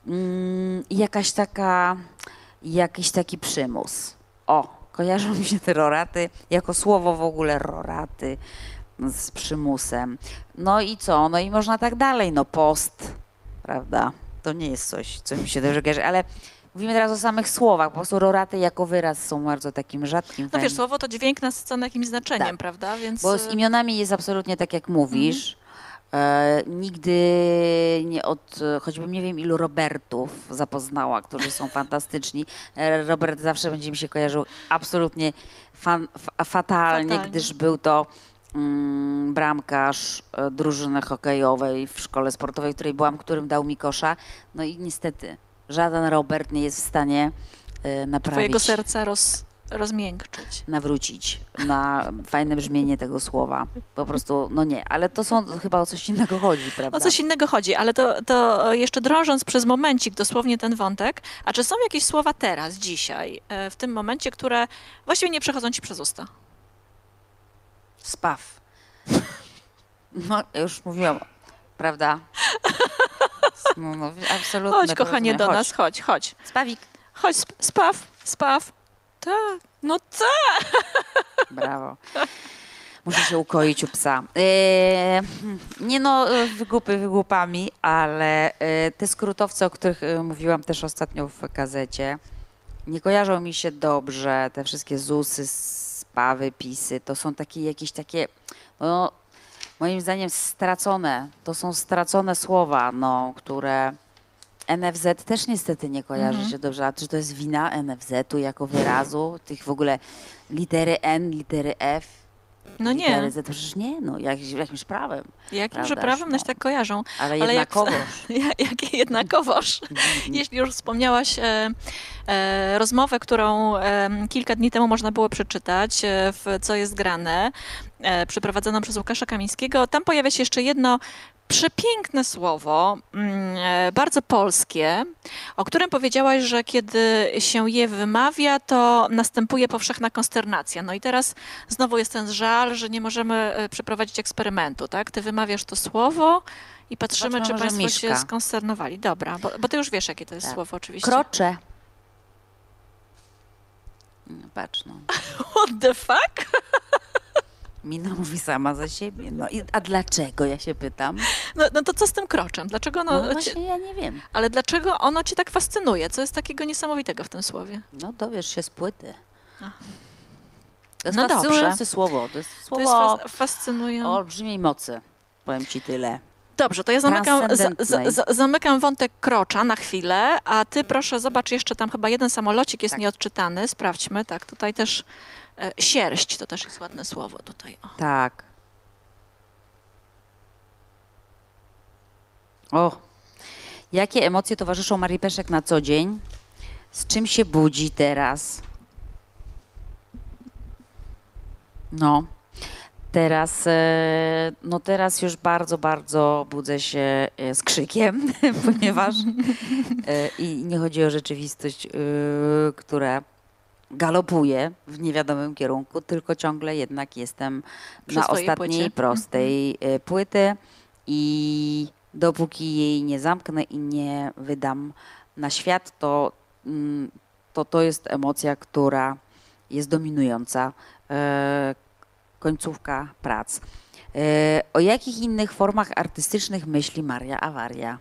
Jakiś taki przymus. Kojarzą mi się te roraty, jako słowo w ogóle roraty z przymusem. No i co? No i można tak dalej, no post, prawda? To nie jest coś, co mi się dobrze kojarzy, ale mówimy teraz o samych słowach, po prostu roraty jako wyraz są bardzo takim rzadkim. No wiesz, słowo to dźwięk nasycony jakimś znaczeniem, Tak. prawda? Więc... Bo z imionami jest absolutnie tak, jak mówisz. Nigdy nie choćbym nie wiem ilu Robertów zapoznała, którzy są fantastyczni. Robert zawsze będzie mi się kojarzył absolutnie fatalnie, gdyż był to bramkarz drużyny hokejowej w szkole sportowej, w której byłam, którym dał mi kosza. No i niestety żaden Robert nie jest w stanie naprawić. Twojego serca rozmiękczyć. Nawrócić na fajne brzmienie tego słowa. Po prostu, no nie, ale to chyba o coś innego chodzi, prawda? O coś innego chodzi, ale to jeszcze drążąc przez momencik dosłownie ten wątek, a czy są jakieś słowa teraz, dzisiaj, w tym momencie, które właściwie nie przechodzą ci przez usta? Spaw. No, ja już mówiłam, prawda? No, absolutnie. Chodź, kochanie, do nas, chodź. Spawik. Chodź, spaw. Tak, no tak. Brawo. Muszę się ukoić u psa. Nie no, wygłupami, ale te skrótowce, o których mówiłam też ostatnio w gazecie, nie kojarzą mi się dobrze. Te wszystkie ZUS-y, spawy, pisy, to są jakieś takie, no, moim zdaniem stracone. To są stracone słowa, no, które... NFZ też niestety nie kojarzy się dobrze. A czy to jest wina NFZ-u jako wyrazu? Tych w ogóle litery N, litery F? No nie. Litery Z, to przecież nie, no jakimś prawem. Jakimże Prawdaż, prawem nas no. tak kojarzą. Ale jednakowoż. Jakie jednakowoż. Jeśli już wspomniałaś rozmowę, którą kilka dni temu można było przeczytać w Co jest grane, przeprowadzoną przez Łukasza Kamińskiego, tam pojawia się jeszcze jedno przepiękne słowo, bardzo polskie, o którym powiedziałaś, że kiedy się je wymawia, to następuje powszechna konsternacja. No i teraz znowu jest ten żal, że nie możemy przeprowadzić eksperymentu, tak? Ty wymawiasz to słowo i patrzymy, Zobaczmy, czy może państwo Miszka. się skonsternowali. Dobra, bo ty już wiesz, jakie to jest Tak. słowo oczywiście. Krocze. No, patrz, no. What the fuck? Mina mówi sama za siebie. No a dlaczego, ja się pytam? No to co z tym kroczem? Dlaczego No właśnie, ja nie wiem. Ale dlaczego ono cię tak fascynuje? Co jest takiego niesamowitego w tym słowie? No dowiesz się z płyty. A. To jest No dobrze. fascynujące słowo. To jest To jest słowo fascynujące. o olbrzymiej mocy. Powiem ci tyle. Dobrze, to ja Transcendentnej. zamykam wątek krocza na chwilę, a ty proszę zobacz, jeszcze tam chyba jeden samolocik jest Tak. nieodczytany. Sprawdźmy, tak, tutaj też sierść, to też jest ładne słowo tutaj. O. Tak. O, jakie emocje towarzyszą Marii Peszek na co dzień? Z czym się budzi teraz? No, teraz już bardzo, bardzo budzę się z krzykiem, ponieważ i nie chodzi o rzeczywistość, która galopuje w niewiadomym kierunku, tylko ciągle jednak jestem Przy na swojej ostatniej płycie. prostej płyty i dopóki jej nie zamknę i nie wydam na świat, to jest emocja, która jest dominująca. Końcówka prac. O jakich innych formach artystycznych myśli Maria Awaria?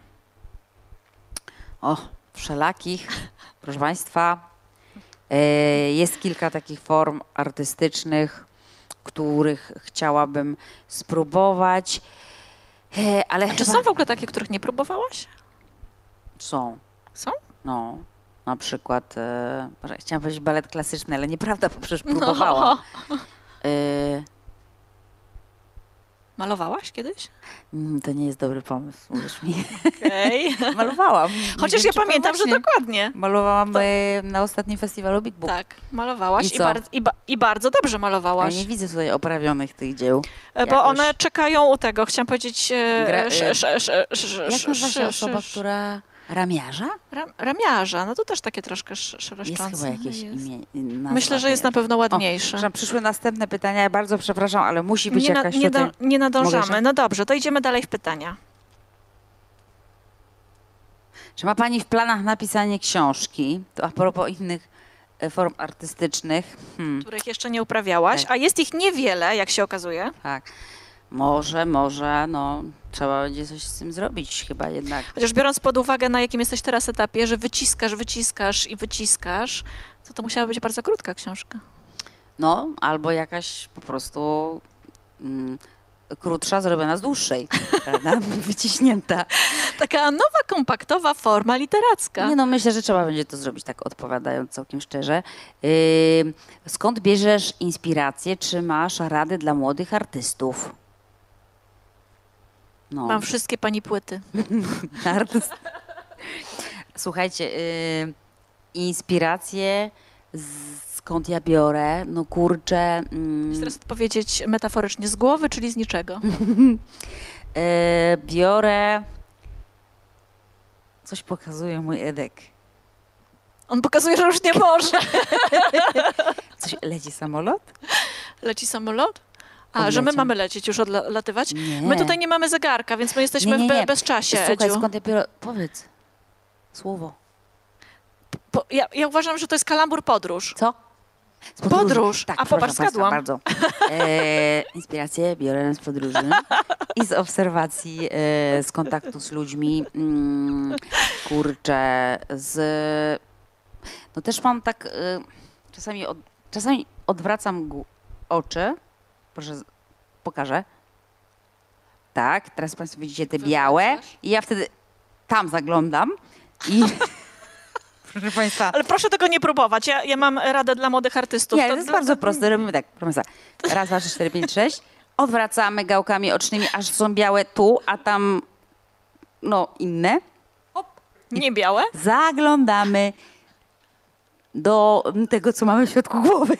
O, wszelakich, proszę Państwa. Jest kilka takich form artystycznych, których chciałabym spróbować, ale A czy są w ogóle takie, których nie próbowałaś? Są. Są? No, na przykład, chciałam powiedzieć balet klasyczny, ale nieprawda, bo przecież próbowałam. Malowałaś kiedyś? To nie jest dobry pomysł, uwierz mi. Okej. Malowałam. Chociaż Nie ja wiem, czy pamiętam, że właśnie. dokładnie. Malowałam na ostatnim festiwalu Big Book. Tak, malowałaś I co? i bardzo dobrze Ja malowałaś. nie widzę tutaj oprawionych tych dzieł. Bo jakoś. one czekają u tego, chciałam powiedzieć... Jak nazywa się osoba, która... Ramiarza? Ramiarza, no to też takie troszkę Jest szeleszczące. chyba jakieś Jest. imię. Nazwa Myślę, że jest na pewno ładniejsze. Przepraszam, przyszły następne pytania. Ja bardzo przepraszam, ale musi być Nie, jakaś nie, tutaj... nie Mogę nadążamy. jeszcze? No dobrze, to idziemy dalej w pytania. Czy ma Pani w planach napisanie książki? To a propos innych form artystycznych. Których jeszcze nie uprawiałaś, Tak. a jest ich niewiele, jak się okazuje. Tak. Może, no trzeba będzie coś z tym zrobić chyba jednak. Chociaż biorąc pod uwagę, na jakim jesteś teraz etapie, że wyciskasz, to musiała być bardzo krótka książka. No, albo jakaś po prostu krótsza, zrobiona z dłuższej, prawda? Wyciśnięta. Taka nowa, kompaktowa forma literacka. Nie no, myślę, że trzeba będzie to zrobić tak odpowiadając całkiem szczerze. Skąd bierzesz inspirację? Czy masz rady dla młodych artystów? No. Mam wszystkie pani płyty. Artyst. Słuchajcie, inspiracje skąd ja biorę? No kurczę. Chcesz teraz odpowiedzieć metaforycznie z głowy, czyli z niczego? Biorę. Coś pokazuje mój Edek. On pokazuje, że już nie może. Coś leci samolot? Leci samolot? A, że my Odleciał. mamy lecieć, już odlatywać? Nie. My tutaj nie mamy zegarka, więc my jesteśmy Nie. w bezczasie, Słuchaj, Edziu. skąd ja biorę? Powiedz. Słowo. Ja uważam, że to jest kalambur podróż. Co? Z Podróż. Tak, A przepraszam popatrz, skadłam. Państwa, bardzo. Inspirację biorę z podróży i z obserwacji, z kontaktu z ludźmi. Kurczę, no też mam tak, czasami odwracam oczy. Proszę, pokażę. Tak, teraz Państwo widzicie te białe i ja wtedy tam zaglądam i... Proszę Państwa. Ale proszę tego nie próbować. Ja mam radę dla młodych artystów. Nie, to jest bardzo proste. Robimy tak, proszę Państwa. Raz, dwa, trzy, cztery, pięć, sześć. Odwracamy gałkami ocznymi, aż są białe tu, a tam no inne. Nie białe? Zaglądamy do tego, co mamy w środku głowy.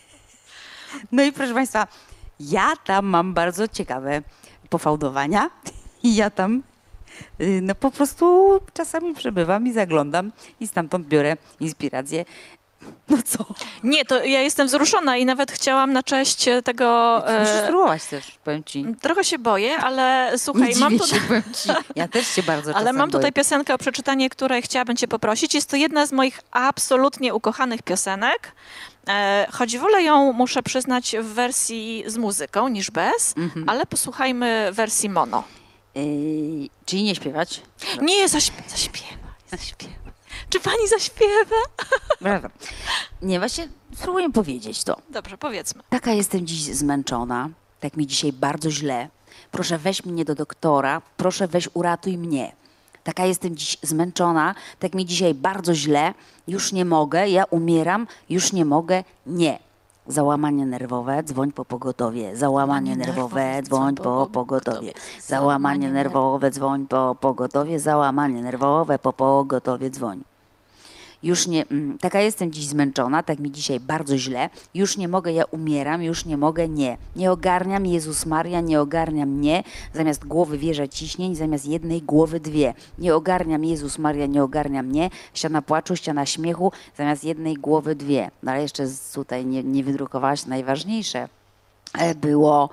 No i proszę Państwa, ja tam mam bardzo ciekawe pofałdowania i ja tam no po prostu czasami przebywam i zaglądam i stamtąd biorę inspirację. No co? Nie, to ja jestem wzruszona i nawet chciałam na cześć tego... Musisz spróbować też, powiem Ci. Trochę się boję, ale słuchaj, Nie mam dziwię tutaj... się, powiem Ci. Ja też się bardzo Ale czasem mam tutaj boję. piosenkę o przeczytanie, której chciałabym cię poprosić. Jest to jedna z moich absolutnie ukochanych piosenek. Choć wolę ją, muszę przyznać, w wersji z muzyką niż bez, ale posłuchajmy wersji mono. Czyli nie śpiewać? Nie, zaśpiewa. Czy pani zaśpiewa? Brawo. Nie, właśnie spróbuję powiedzieć to. Dobrze, powiedzmy. Taka jestem dziś zmęczona, tak mi dzisiaj bardzo źle. Proszę weź mnie do doktora, proszę weź uratuj mnie. Taka jestem dziś zmęczona, tak mi dzisiaj bardzo źle, już nie mogę, ja umieram, już nie mogę, nie. Załamanie nerwowe, dzwoń po pogotowie. Załamanie nerwowe, dzwoń po pogotowie. Załamanie nerwowe, dzwoń po pogotowie. Załamanie nerwowe, po pogotowie, dzwoń. Już nie, taka jestem dziś zmęczona, tak mi dzisiaj bardzo źle. Już nie mogę, ja umieram, już nie mogę, nie. Nie ogarniam, Jezus Maria, nie ogarniam mnie. Zamiast głowy wieża ciśnień, zamiast jednej głowy dwie. Nie ogarniam, Jezus Maria, nie ogarniam mnie. Ściana płaczu, ściana śmiechu, zamiast jednej głowy dwie. No ale jeszcze tutaj nie wydrukowałaś najważniejsze. Było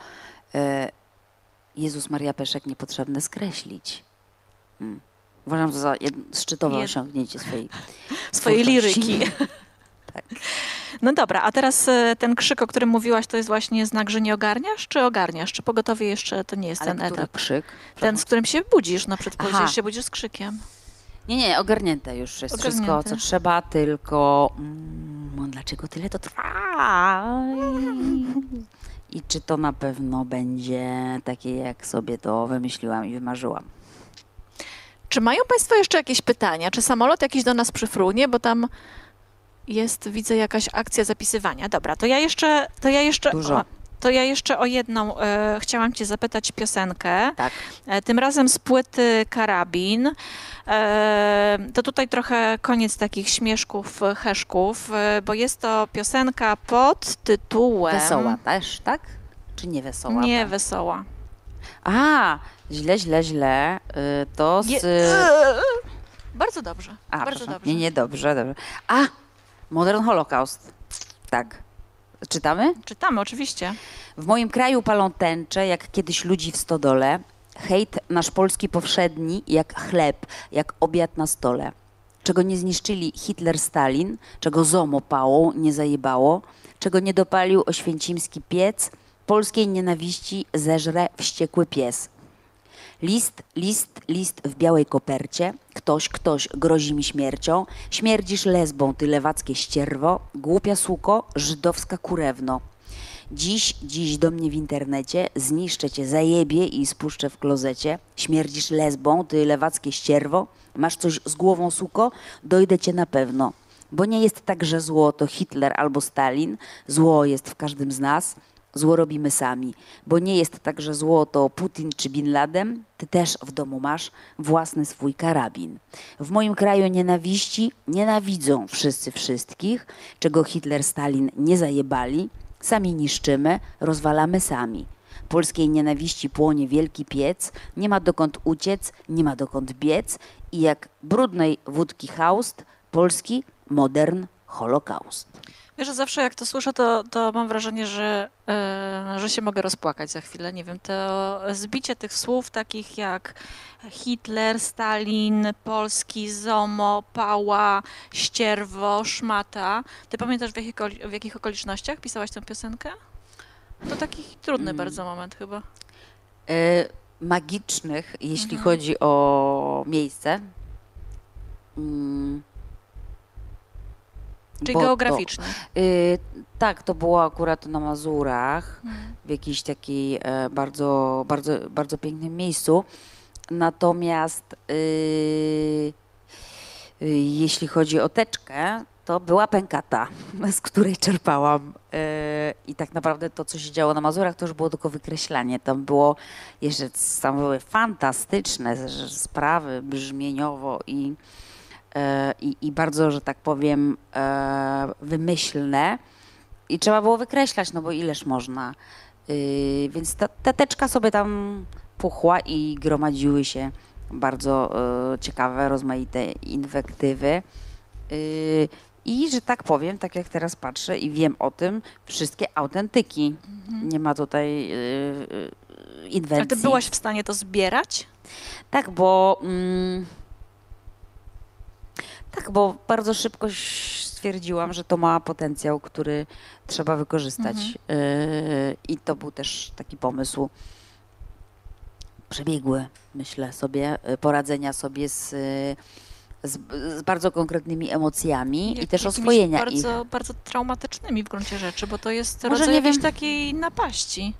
Jezus Maria Peszek niepotrzebne skreślić. Uważam to za szczytowe osiągnięcie swojej liryki. Tak. No dobra, a teraz ten krzyk, o którym mówiłaś, to jest właśnie znak, że nie ogarniasz, czy ogarniasz? Czy pogotowie jeszcze to nie jest Ale ten który etap? Krzyk? Ten, z którym się budzisz, na przykład Aha. powiedziałeś, że się budzisz z krzykiem. Nie, ogarnięte już jest wszystko, Ogarnięte. co trzeba, tylko dlaczego tyle to trwa? I czy to na pewno będzie takie, jak sobie to wymyśliłam i wymarzyłam? Czy mają Państwo jeszcze jakieś pytania? Czy samolot jakiś do nas przyfrunie? Bo tam jest, widzę, jakaś akcja zapisywania. Dobra, to ja jeszcze... Dużo. To ja jeszcze o jedną chciałam cię zapytać piosenkę. Tak. Tym razem z płyty Karabin. To tutaj trochę koniec takich śmieszków, heszków, bo jest to piosenka pod tytułem... Wesoła też, tak? Czy nie wesoła? Nie, tak? wesoła. A, źle. To z... Bardzo dobrze, A, bardzo proszę. dobrze. Nie, dobrze. A, Modern Holocaust. Tak. Czytamy? Czytamy, oczywiście. W moim kraju palą tęcze, jak kiedyś ludzi w stodole. Hejt nasz polski powszedni, jak chleb, jak obiad na stole. Czego nie zniszczyli Hitler, Stalin, czego ZOMO pałą nie zajebało, czego nie dopalił oświęcimski piec, polskiej nienawiści zeżre wściekły pies. List w białej kopercie, ktoś grozi mi śmiercią, śmierdzisz lesbą, ty lewackie ścierwo, głupia suko, żydowska kurewno. Dziś do mnie w internecie, zniszczę cię, zajebię i spuszczę w klozecie. Śmierdzisz lesbą, ty lewackie ścierwo, masz coś z głową, suko, dojdę cię na pewno. Bo nie jest tak, że zło to Hitler albo Stalin, zło jest w każdym z nas, zło robimy sami. Bo nie jest tak, że zło to Putin czy Bin Laden, ty też w domu masz własny swój karabin. W moim kraju nienawiści nienawidzą wszyscy wszystkich, czego Hitler, Stalin nie zajebali. Sami niszczymy, rozwalamy sami. Polskiej nienawiści płonie wielki piec, nie ma dokąd uciec, nie ma dokąd biec i jak brudnej wódki haust, polski modern holokaust. Wiesz, że zawsze jak to słyszę, to mam wrażenie, że się mogę rozpłakać za chwilę. Nie wiem, to zbicie tych słów takich jak Hitler, Stalin, polski, ZOMO, pała, ścierwo, szmata. Ty pamiętasz w jakich okolicznościach pisałaś tę piosenkę? To taki trudny bardzo moment chyba. Magicznych, jeśli chodzi o miejsce. Czyli geograficzny. Tak, to było akurat na Mazurach, w jakiejś takiej bardzo pięknym miejscu. Natomiast jeśli chodzi o teczkę, to była pękata, z której czerpałam. I tak naprawdę to, co się działo na Mazurach, to już było tylko wykreślanie. Tam były fantastyczne sprawy brzmieniowo i bardzo, że tak powiem, wymyślne. I trzeba było wykreślać, no bo ileż można. Więc ta teczka sobie tam puchła i gromadziły się bardzo ciekawe, rozmaite inwektywy. I, że tak powiem, tak jak teraz patrzę i wiem o tym, wszystkie autentyki. Nie ma tutaj inwencji. A ty byłaś w stanie to zbierać? Tak, bo bardzo szybko stwierdziłam, że to ma potencjał, który trzeba wykorzystać. I to był też taki pomysł przebiegły, myślę sobie, poradzenia sobie z bardzo konkretnymi emocjami i też oswojenia ich. Bardzo traumatycznymi w gruncie rzeczy, bo to jest Może rodzaj nie jakiejś wiem. takiej napaści.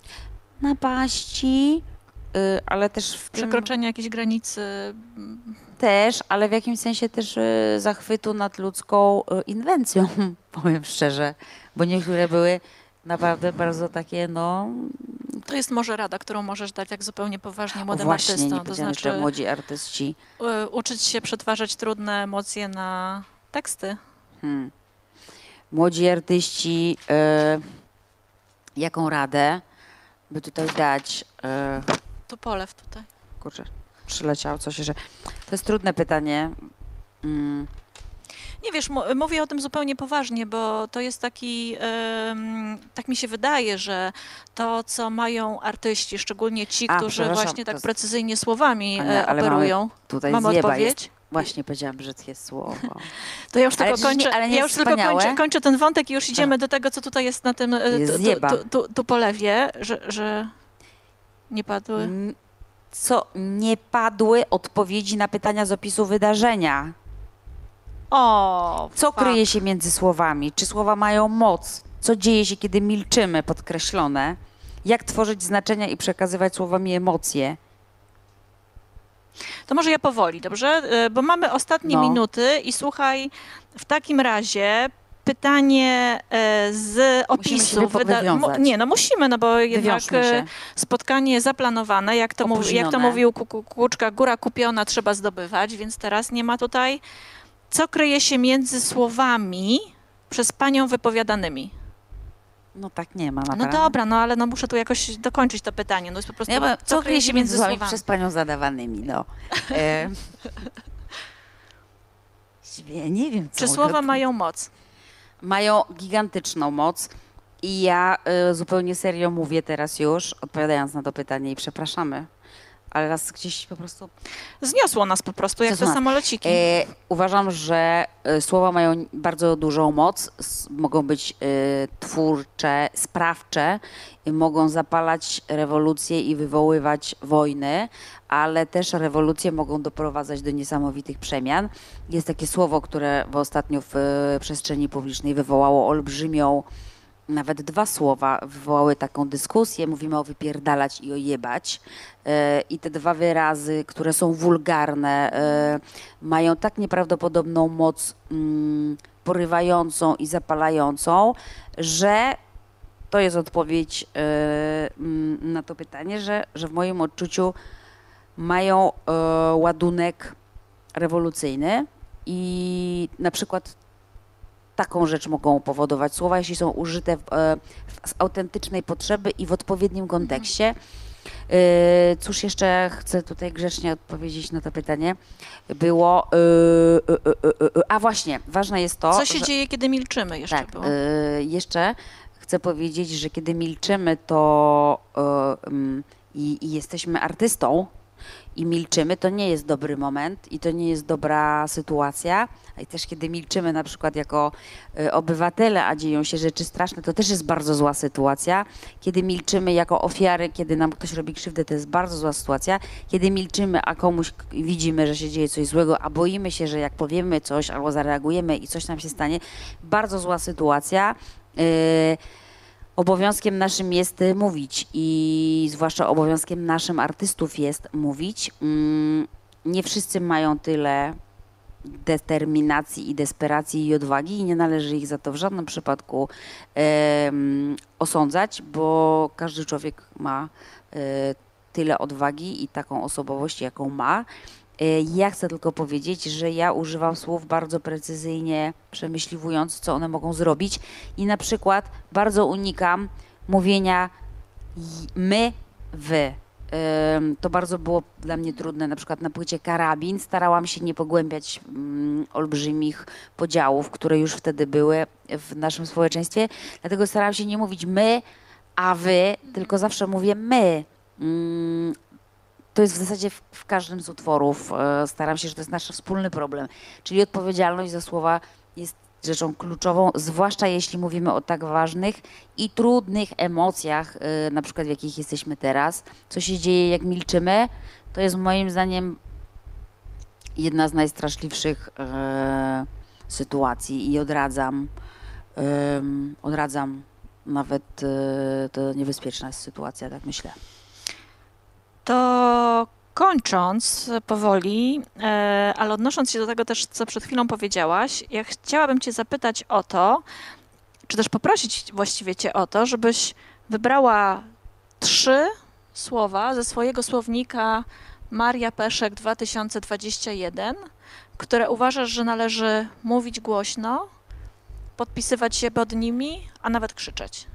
Ale też Przekroczenia jakiejś granicy. Też, ale w jakimś sensie też zachwytu nad ludzką inwencją, powiem szczerze, bo niektóre były naprawdę bardzo takie, To jest może rada, którą możesz dać jak zupełnie poważnie młodym właśnie, artystom. nie To znaczy, znaczy młodzi artyści. uczyć się przetwarzać trudne emocje na teksty. Młodzi artyści, jaką radę by tutaj dać? Tu polew tutaj. Kurczę, przyleciało coś, że to jest trudne pytanie. Nie wiesz, mówię o tym zupełnie poważnie, bo to jest taki, tak mi się wydaje, że to, co mają artyści, szczególnie ci, którzy przepraszam, właśnie tak to- precyzyjnie słowami Ale operują. Tutaj Mamy zjeba odpowiedź? jest. Właśnie powiedziałam brzydkie słowo. To ja już Ale tylko przecież nie- kończę, ale nie ja jest już tylko wspaniałe? kończę ten wątek i już idziemy do tego, co tutaj jest na tym Jest zjeba. tu polewie, że nie padły. Co nie padły odpowiedzi na pytania z opisu wydarzenia. O, Co fuck. kryje się między słowami? Czy słowa mają moc? Co dzieje się, kiedy milczymy? Podkreślone. Jak tworzyć znaczenia i przekazywać słowami emocje? To może ja powoli, dobrze? Bo mamy ostatnie No. minuty i słuchaj, w takim razie pytanie z opisu. Musimy się wywiązać. Nie, no musimy, no bo jednak Wywiążmy się. spotkanie zaplanowane, jak to Opóźnione. mówił Kłuczka, góra kupiona, trzeba zdobywać, więc teraz nie ma tutaj, co kryje się między słowami przez panią wypowiadanymi. No tak nie ma No naprawdę. dobra, no ale no muszę tu jakoś dokończyć to pytanie. No jest po prostu, Co kryje się między słowami słowami? przez panią zadawanymi, no. Ja nie wiem, co Czy mogę słowa odpowiedzieć. mają moc? Mają gigantyczną moc i ja zupełnie serio mówię teraz już, odpowiadając na to pytanie i przepraszamy, ale raz gdzieś po prostu... Zniosło nas po prostu, jak Zniosło te nas. samolociki. Uważam, że słowa mają bardzo dużą moc, mogą być twórcze, sprawcze, mogą zapalać rewolucje i wywoływać wojny, ale też rewolucje mogą doprowadzać do niesamowitych przemian. Jest takie słowo, które ostatnio w przestrzeni publicznej wywołało olbrzymią, nawet 2 słowa wywołały taką dyskusję. Mówimy o wypierdalać i o jebać. I te 2 wyrazy, które są wulgarne, mają tak nieprawdopodobną moc porywającą i zapalającą, że to jest odpowiedź na to pytanie, że w moim odczuciu mają ładunek rewolucyjny i na przykład taką rzecz mogą powodować słowa, jeśli są użyte z autentycznej potrzeby i w odpowiednim kontekście. Cóż jeszcze chcę tutaj grzecznie odpowiedzieć na to pytanie? Było... A właśnie, ważne jest to... Co się dzieje, kiedy milczymy jeszcze Tak, było? jeszcze chcę powiedzieć, że kiedy milczymy, to i jesteśmy artystą i milczymy, to nie jest dobry moment i to nie jest dobra sytuacja. I też kiedy milczymy na przykład jako obywatele, a dzieją się rzeczy straszne, to też jest bardzo zła sytuacja. Kiedy milczymy jako ofiary, kiedy nam ktoś robi krzywdę, to jest bardzo zła sytuacja. Kiedy milczymy, a komuś widzimy, że się dzieje coś złego, a boimy się, że jak powiemy coś albo zareagujemy i coś nam się stanie, bardzo zła sytuacja. Obowiązkiem naszym jest mówić i zwłaszcza obowiązkiem naszym artystów jest mówić. Nie wszyscy mają tyle determinacji i desperacji i odwagi i nie należy ich za to w żadnym przypadku osądzać, bo każdy człowiek ma tyle odwagi i taką osobowość, jaką ma. Ja chcę tylko powiedzieć, że ja używam słów bardzo precyzyjnie, przemyśliwując, co one mogą zrobić i na przykład bardzo unikam mówienia my, wy. To bardzo było dla mnie trudne, na przykład na płycie Karabin starałam się nie pogłębiać olbrzymich podziałów, które już wtedy były w naszym społeczeństwie, dlatego starałam się nie mówić my, a wy, tylko zawsze mówię my. To jest w zasadzie w każdym z utworów. Staram się, że to jest nasz wspólny problem. Czyli odpowiedzialność za słowa jest rzeczą kluczową, zwłaszcza jeśli mówimy o tak ważnych i trudnych emocjach, na przykład w jakich jesteśmy teraz. Co się dzieje, jak milczymy, to jest moim zdaniem jedna z najstraszliwszych sytuacji i odradzam nawet, to niebezpieczna jest sytuacja, tak myślę. To kończąc powoli, ale odnosząc się do tego też, co przed chwilą powiedziałaś, ja chciałabym cię zapytać o to, czy też poprosić właściwie cię o to, żebyś wybrała 3 słowa ze swojego słownika Maria Peszek 2021, które uważasz, że należy mówić głośno, podpisywać się pod nimi, a nawet krzyczeć.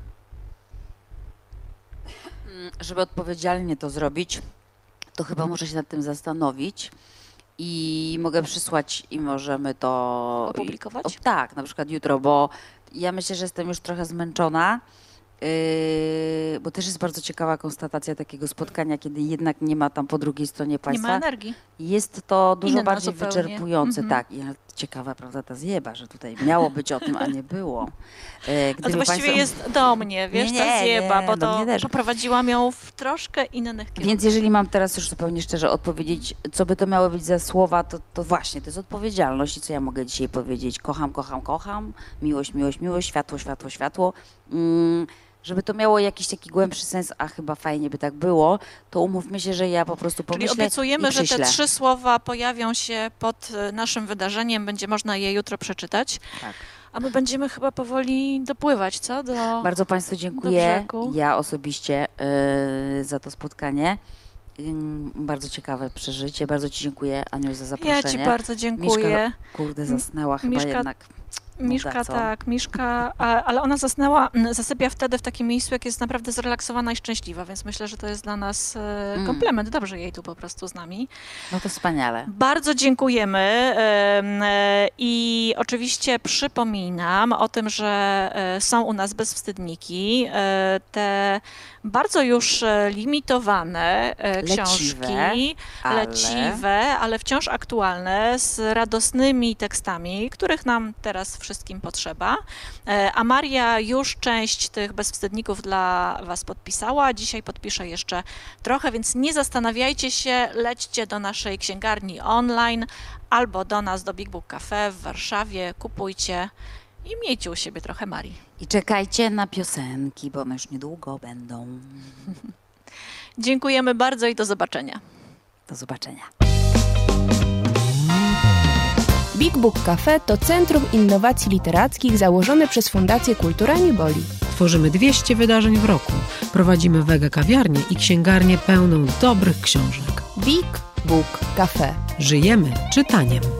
Żeby odpowiedzialnie to zrobić, to chyba muszę się nad tym zastanowić i mogę przysłać i możemy to... Opublikować? Tak, na przykład jutro, bo ja myślę, że jestem już trochę zmęczona, bo też jest bardzo ciekawa konstatacja takiego spotkania, kiedy jednak nie ma tam po drugiej stronie Nie państwa. ma energii. Jest to dużo Inna bardziej zupełnie. wyczerpujące, Mhm. tak. I ciekawa, prawda, ta zjeba, że tutaj miało być o tym, a nie było. A to właściwie jest do mnie, wiesz, Nie, ta nie, zjeba, bo do to mnie też. poprowadziłam ją w troszkę innych kierunkach. Więc jeżeli mam teraz już zupełnie szczerze odpowiedzieć, co by to miało być za słowa, to właśnie, to jest odpowiedzialność. I co ja mogę dzisiaj powiedzieć? Kocham, kocham, kocham, miłość, miłość, miłość, światło, światło, światło. Żeby to miało jakiś taki głębszy sens, a chyba fajnie by tak było, to umówmy się, że ja po prostu pomyślę Czyli obiecujemy, i że te przyślę. 3 słowa pojawią się pod naszym wydarzeniem, będzie można je jutro przeczytać. Tak. A my będziemy chyba powoli dopływać, co? Bardzo Państwu dziękuję. brzegu. Ja osobiście za to spotkanie. Bardzo ciekawe przeżycie. Bardzo Ci dziękuję, Aniu, za zaproszenie. Ja Ci bardzo dziękuję. Miszka, kurde, zasnęła chyba Miszka, jednak. Miszka, tak, Miszka, ale ona zasypia wtedy w takim miejscu, jak jest naprawdę zrelaksowana i szczęśliwa, więc myślę, że to jest dla nas komplement. Dobrze jej tu po prostu z nami. No to wspaniale. Bardzo dziękujemy i oczywiście przypominam o tym, że są u nas bezwstydniki, te bardzo już limitowane książki, leciwe, ale wciąż aktualne, z radosnymi tekstami, których nam teraz wszystkim potrzeba. A Maria już część tych bezwstydników dla Was podpisała, dzisiaj podpiszę jeszcze trochę, więc nie zastanawiajcie się, lećcie do naszej księgarni online albo do nas, do Big Book Cafe w Warszawie, kupujcie i miejcie u siebie trochę Marii. I czekajcie na piosenki, bo one już niedługo będą. Dziękujemy bardzo i do zobaczenia. Do zobaczenia. Big Book Cafe to Centrum Innowacji Literackich założone przez Fundację Kultura Nieboli. Tworzymy 200 wydarzeń w roku. Prowadzimy wege kawiarnię i księgarnię pełną dobrych książek. Big Book Cafe. Żyjemy czytaniem.